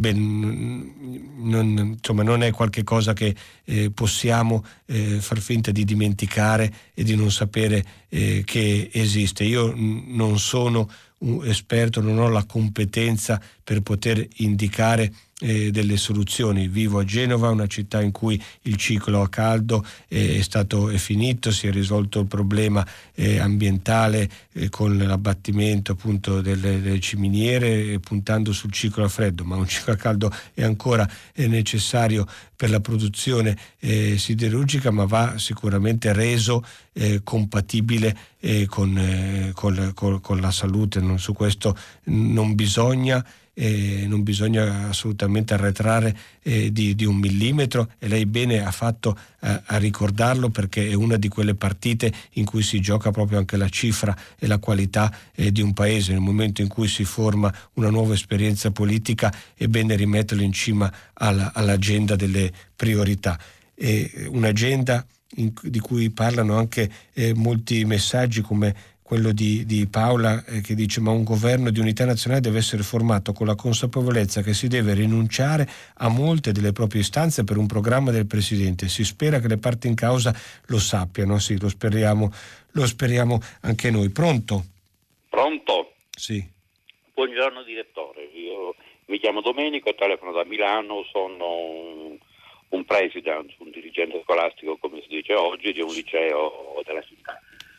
Ben, non, insomma, non è qualche cosa che eh, possiamo eh, far finta di dimenticare e di non sapere eh, che esiste. Io n- non sono un esperto, non ho la competenza per poter indicare eh, delle soluzioni. Vivo a Genova, una città in cui il ciclo a caldo eh, è stato è finito, si è risolto il problema eh, ambientale eh, con l'abbattimento appunto delle, delle ciminiere, eh, puntando sul ciclo a freddo, ma un ciclo a caldo è ancora è necessario per la produzione eh, siderurgica, ma va sicuramente reso eh, compatibile eh, con, eh, col, col, con la salute. Non, su questo non bisogna eh, non bisogna assolutamente arretrare eh, di, di un millimetro, e lei bene ha fatto a, a ricordarlo, perché è una di quelle partite in cui si gioca proprio anche la cifra e la qualità eh, di un paese. Nel momento in cui si forma una nuova esperienza politica è bene rimetterlo in cima alla, all'agenda delle priorità, e un'agenda in, di cui parlano anche eh, molti messaggi, come quello di, di Paola eh, che dice: ma un governo di unità nazionale deve essere formato con la consapevolezza che si deve rinunciare a molte delle proprie istanze per un programma del Presidente. Si spera che le parti in causa lo sappiano. Sì, lo speriamo, lo speriamo anche noi. Pronto? Pronto? Sì. Buongiorno direttore, io mi chiamo Domenico e telefono da Milano, sono un, un president, un dirigente scolastico, come si dice oggi, di un liceo della città.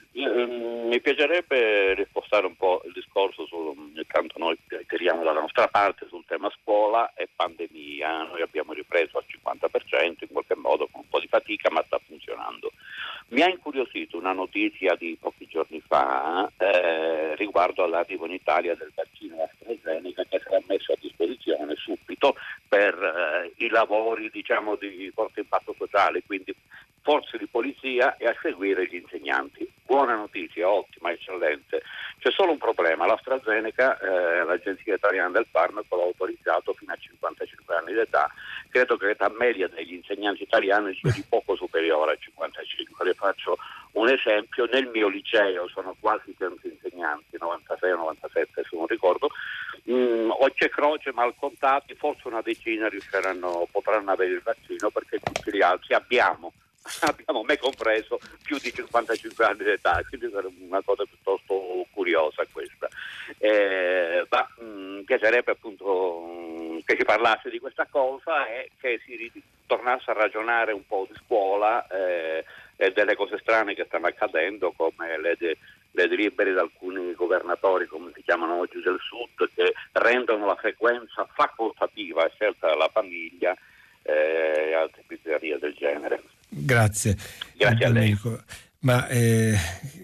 Mi piacerebbe rispostare un po' il discorso sul, tanto noi tiriamo dalla nostra parte sul tema scuola e pandemia. Noi abbiamo ripreso al cinquanta per cento, in qualche modo con un po' di fatica, ma sta funzionando. Mi ha incuriosito una notizia di pochi giorni fa eh, riguardo all'arrivo in Italia del vaccino AstraZeneca, che sarà messo a disposizione subito per eh, i lavori, diciamo, di forte impatto sociale, quindi forze di polizia e a seguire gli insegnanti. Buona notizia, ottima, eccellente. C'è solo un problema: l'AstraZeneca, eh, l'Agenzia Italiana del Farmaco, l'ha autorizzato fino a cinquantacinque anni d'età. Credo che l'età media degli insegnanti italiani sia di poco superiore a cinquantacinque. Le faccio un esempio: nel mio liceo sono quasi cento insegnanti, novantasei o novantasette se non ricordo, mm, occhio e croce mal contati, forse una decina riusciranno, potranno avere il vaccino, perché tutti gli altri abbiamo abbiamo me compreso più di cinquantacinque anni d'età, quindi è una cosa piuttosto curiosa questa. Eh, ma mi piacerebbe appunto mh, che si parlasse di questa cosa e che si tornasse a ragionare un po' di scuola eh, e delle cose strane che stanno accadendo, come le, de, le delibere di alcuni governatori, come si chiamano oggi, del Sud, che rendono la frequenza facoltativa e scelta dalla famiglia eh, e altre pizzerie del genere. Grazie. Grazie a lei. Ma eh,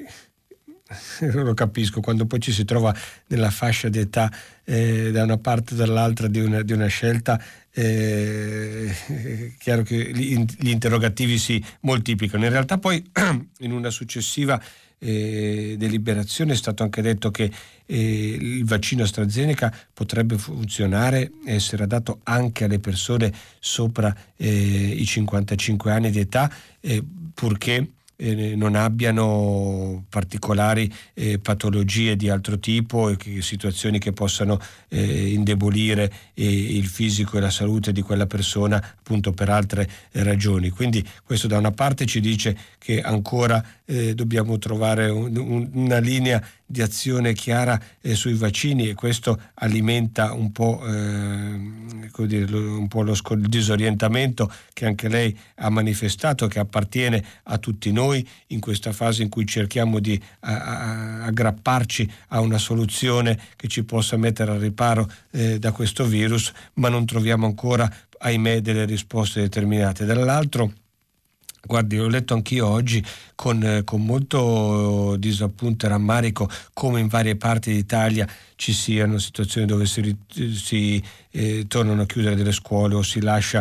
non lo capisco, quando poi ci si trova nella fascia di età eh, da una parte o dall'altra di una, di una scelta, eh, è chiaro che gli, gli interrogativi si moltiplicano. In realtà poi in una successiva eh, deliberazione è stato anche detto che eh, il vaccino AstraZeneca potrebbe funzionare e essere dato anche alle persone sopra eh, i cinquantacinque anni di età, eh, purché eh, non abbiano particolari eh, patologie di altro tipo e che, situazioni che possano eh, indebolire eh, il fisico e la salute di quella persona appunto per altre eh, ragioni. Quindi questo da una parte ci dice che ancora eh, dobbiamo trovare un, un, una linea di azione chiara eh, sui vaccini, e questo alimenta un po', eh, come dire, un po' lo il disorientamento che anche lei ha manifestato, che appartiene a tutti noi in questa fase in cui cerchiamo di a, a, aggrapparci a una soluzione che ci possa mettere al riparo eh, da questo virus, ma non troviamo ancora, ahimè, delle risposte determinate. Dall'altro, guardi, ho letto anch'io oggi con, eh, con molto disappunto e rammarico come in varie parti d'Italia ci siano situazioni dove si, si eh, tornano a chiudere delle scuole o si lascia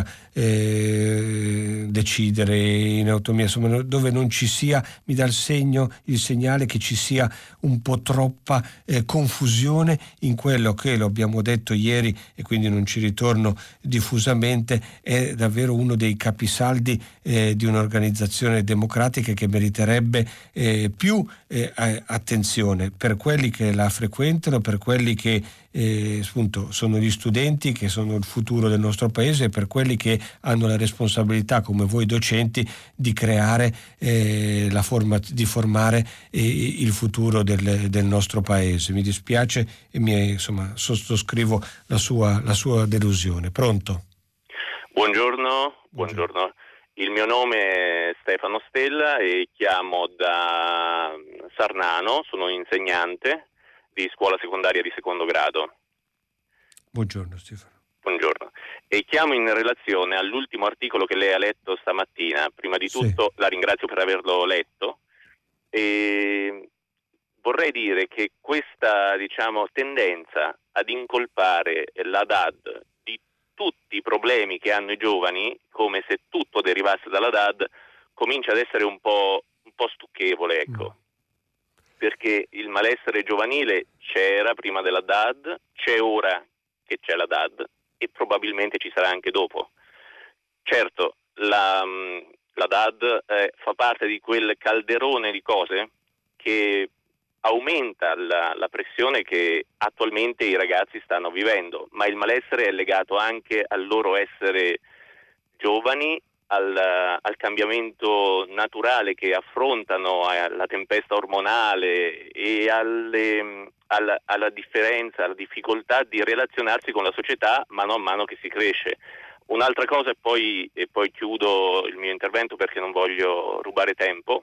eh, decidere in autonomia, insomma, dove non ci sia, mi dà il segno, il segnale che ci sia un po' troppa eh, confusione in quello che, lo abbiamo detto ieri e quindi non ci ritorno diffusamente, è davvero uno dei capisaldi eh, di un'organizzazione democratica che meriterebbe eh, più eh, attenzione per quelli che la frequentano, per quelli che eh, appunto sono gli studenti, che sono il futuro del nostro paese, e per quelli che hanno la responsabilità, come voi docenti, di creare eh, la forma, di formare eh, il futuro del, del nostro paese. Mi dispiace e mi, insomma, sottoscrivo la sua, la sua delusione. Pronto? Buongiorno, buongiorno. Il mio nome è Stefano Stella e chiamo da Sarnano, sono insegnante di scuola secondaria di secondo grado. Buongiorno Stefano. Buongiorno. E chiamo in relazione all'ultimo articolo che lei ha letto stamattina. Prima di tutto sì. La ringrazio per averlo letto e vorrei dire che questa, diciamo, tendenza ad incolpare la D A D di tutti i problemi che hanno i giovani, come se tutto derivasse dalla D A D, comincia ad essere un po', un po' stucchevole, ecco. Mm. Perché il malessere giovanile c'era prima della D A D, c'è ora che c'è la D A D e probabilmente ci sarà anche dopo. Certo, la, la D A D eh, fa parte di quel calderone di cose che aumenta la, la pressione che attualmente i ragazzi stanno vivendo, ma il malessere è legato anche al loro essere giovani, Al, al cambiamento naturale che affrontano, alla tempesta ormonale e alle, alla, alla differenza, alla difficoltà di relazionarsi con la società mano a mano che si cresce. Un'altra cosa, e poi, e poi chiudo il mio intervento perché non voglio rubare tempo,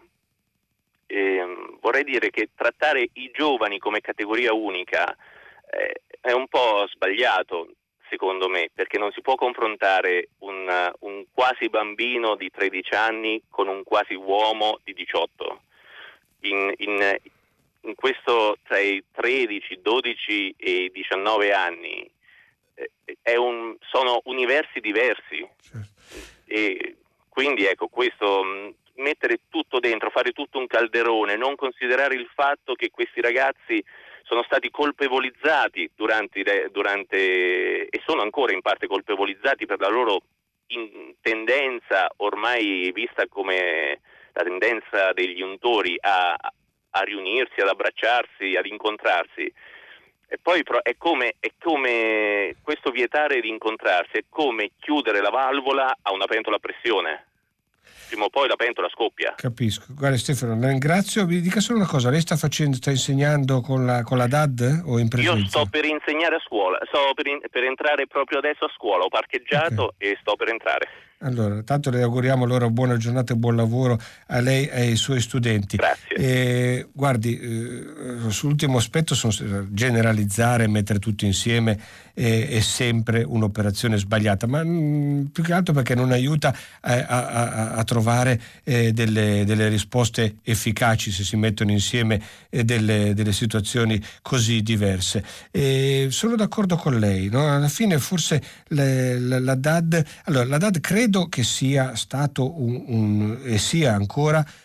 ehm, vorrei dire che trattare i giovani come categoria unica eh, è un po' sbagliato, secondo me, perché non si può confrontare un, un quasi bambino di tredici anni con un quasi uomo di diciotto. In, in, in questo tra i tredici, dodici e diciannove anni eh, è un, sono universi diversi. Certo. E quindi ecco, questo, mettere tutto dentro, fare tutto un calderone, non considerare il fatto che questi ragazzi sono stati colpevolizzati durante, durante e sono ancora in parte colpevolizzati per la loro in tendenza, ormai vista come la tendenza degli untori a, a riunirsi, ad abbracciarsi, ad incontrarsi. E poi è come, è come questo vietare di incontrarsi, è come chiudere la valvola a una pentola a pressione. Prima o poi la pentola scoppia. Capisco. Guarda Stefano, la ringrazio. Mi dica solo una cosa, lei sta facendo, sta insegnando con la, con la D A D o in presenza? Io sto per insegnare a scuola, sto per, in, per entrare proprio adesso a scuola, ho parcheggiato okay. E sto per entrare. Allora, tanto le auguriamo allora buona giornata e buon lavoro a lei e ai suoi studenti. Grazie. E, guardi, eh, sull'ultimo aspetto, sono, generalizzare, mettere tutto insieme eh, è sempre un'operazione sbagliata, ma mh, più che altro perché non aiuta a, a, a trovare eh, delle, delle risposte efficaci se si mettono insieme eh, delle, delle situazioni così diverse. E sono d'accordo con lei, no? Alla fine forse le, la, la D A D, allora la D A D credo che sia stato un, un, e sia ancora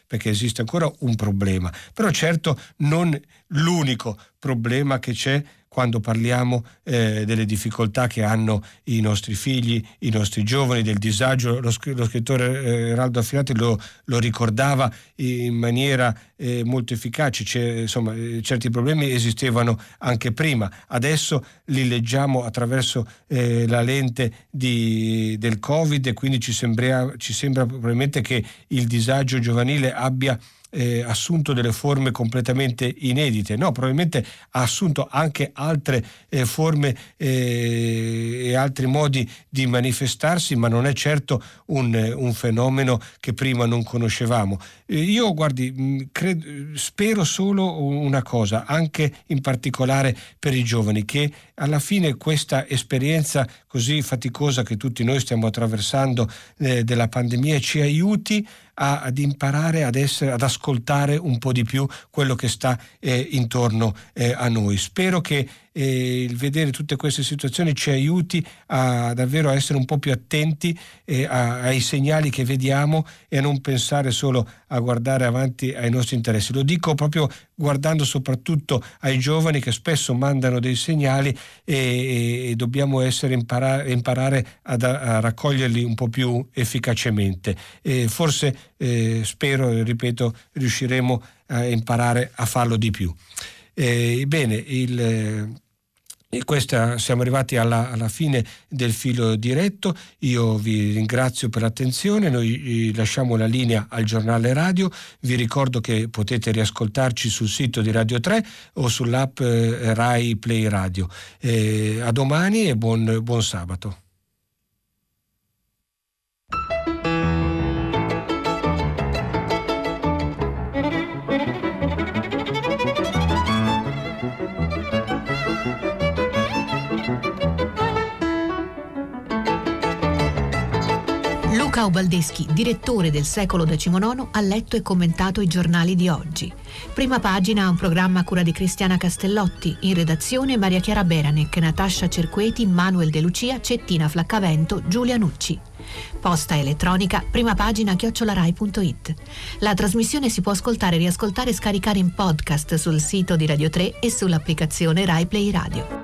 perché esiste ancora un problema, però certo non l'unico problema che c'è quando parliamo eh, delle difficoltà che hanno i nostri figli, i nostri giovani, del disagio. Lo, lo scrittore eh, Eraldo Affinati lo, lo ricordava in maniera eh, molto efficace. C'è, insomma, eh, certi problemi esistevano anche prima, adesso li leggiamo attraverso eh, la lente di, del Covid, e quindi ci sembra, ci sembra probabilmente che il disagio giovanile abbia Eh, assunto delle forme completamente inedite. No, probabilmente ha assunto anche altre eh, forme eh, e altri modi di manifestarsi, ma non è certo un, un fenomeno che prima non conoscevamo. Eh, io guardi, mh, credo, spero solo una cosa, anche in particolare per i giovani, che alla fine questa esperienza così faticosa che tutti noi stiamo attraversando eh, della pandemia ci aiuti a, ad imparare ad essere, ad ascoltare un po' di più quello che sta eh, intorno eh, a noi. Spero che eh, il vedere tutte queste situazioni ci aiuti a davvero a essere un po' più attenti eh, a, ai segnali che vediamo e a non pensare solo a guardare avanti ai nostri interessi. Lo dico proprio guardando soprattutto ai giovani che spesso mandano dei segnali e, e dobbiamo essere imparare, imparare ad, a raccoglierli un po' più efficacemente. E forse eh, spero, ripeto, riusciremo a imparare a farlo di più. Eh, bene, il, eh, questa, siamo arrivati alla, alla fine del filo diretto. Io vi ringrazio per l'attenzione. Noi lasciamo la linea al giornale radio. Vi ricordo che potete riascoltarci sul sito di Radio tre o sull'app eh, Rai Play Radio. Eh, a domani e buon, buon sabato. Luca Ubaldeschi, direttore del Secolo diciannove, ha letto e commentato i giornali di oggi. Prima pagina, un programma a cura di Cristiana Castellotti, in redazione Maria Chiara Beranec, Natascia Cerqueti, Manuel De Lucia, Cettina Flaccavento, Giulia Nucci. Posta elettronica, prima pagina chiocciolarai punto it. La trasmissione si può ascoltare, riascoltare e scaricare in podcast sul sito di Radio tre e sull'applicazione Rai Play Radio.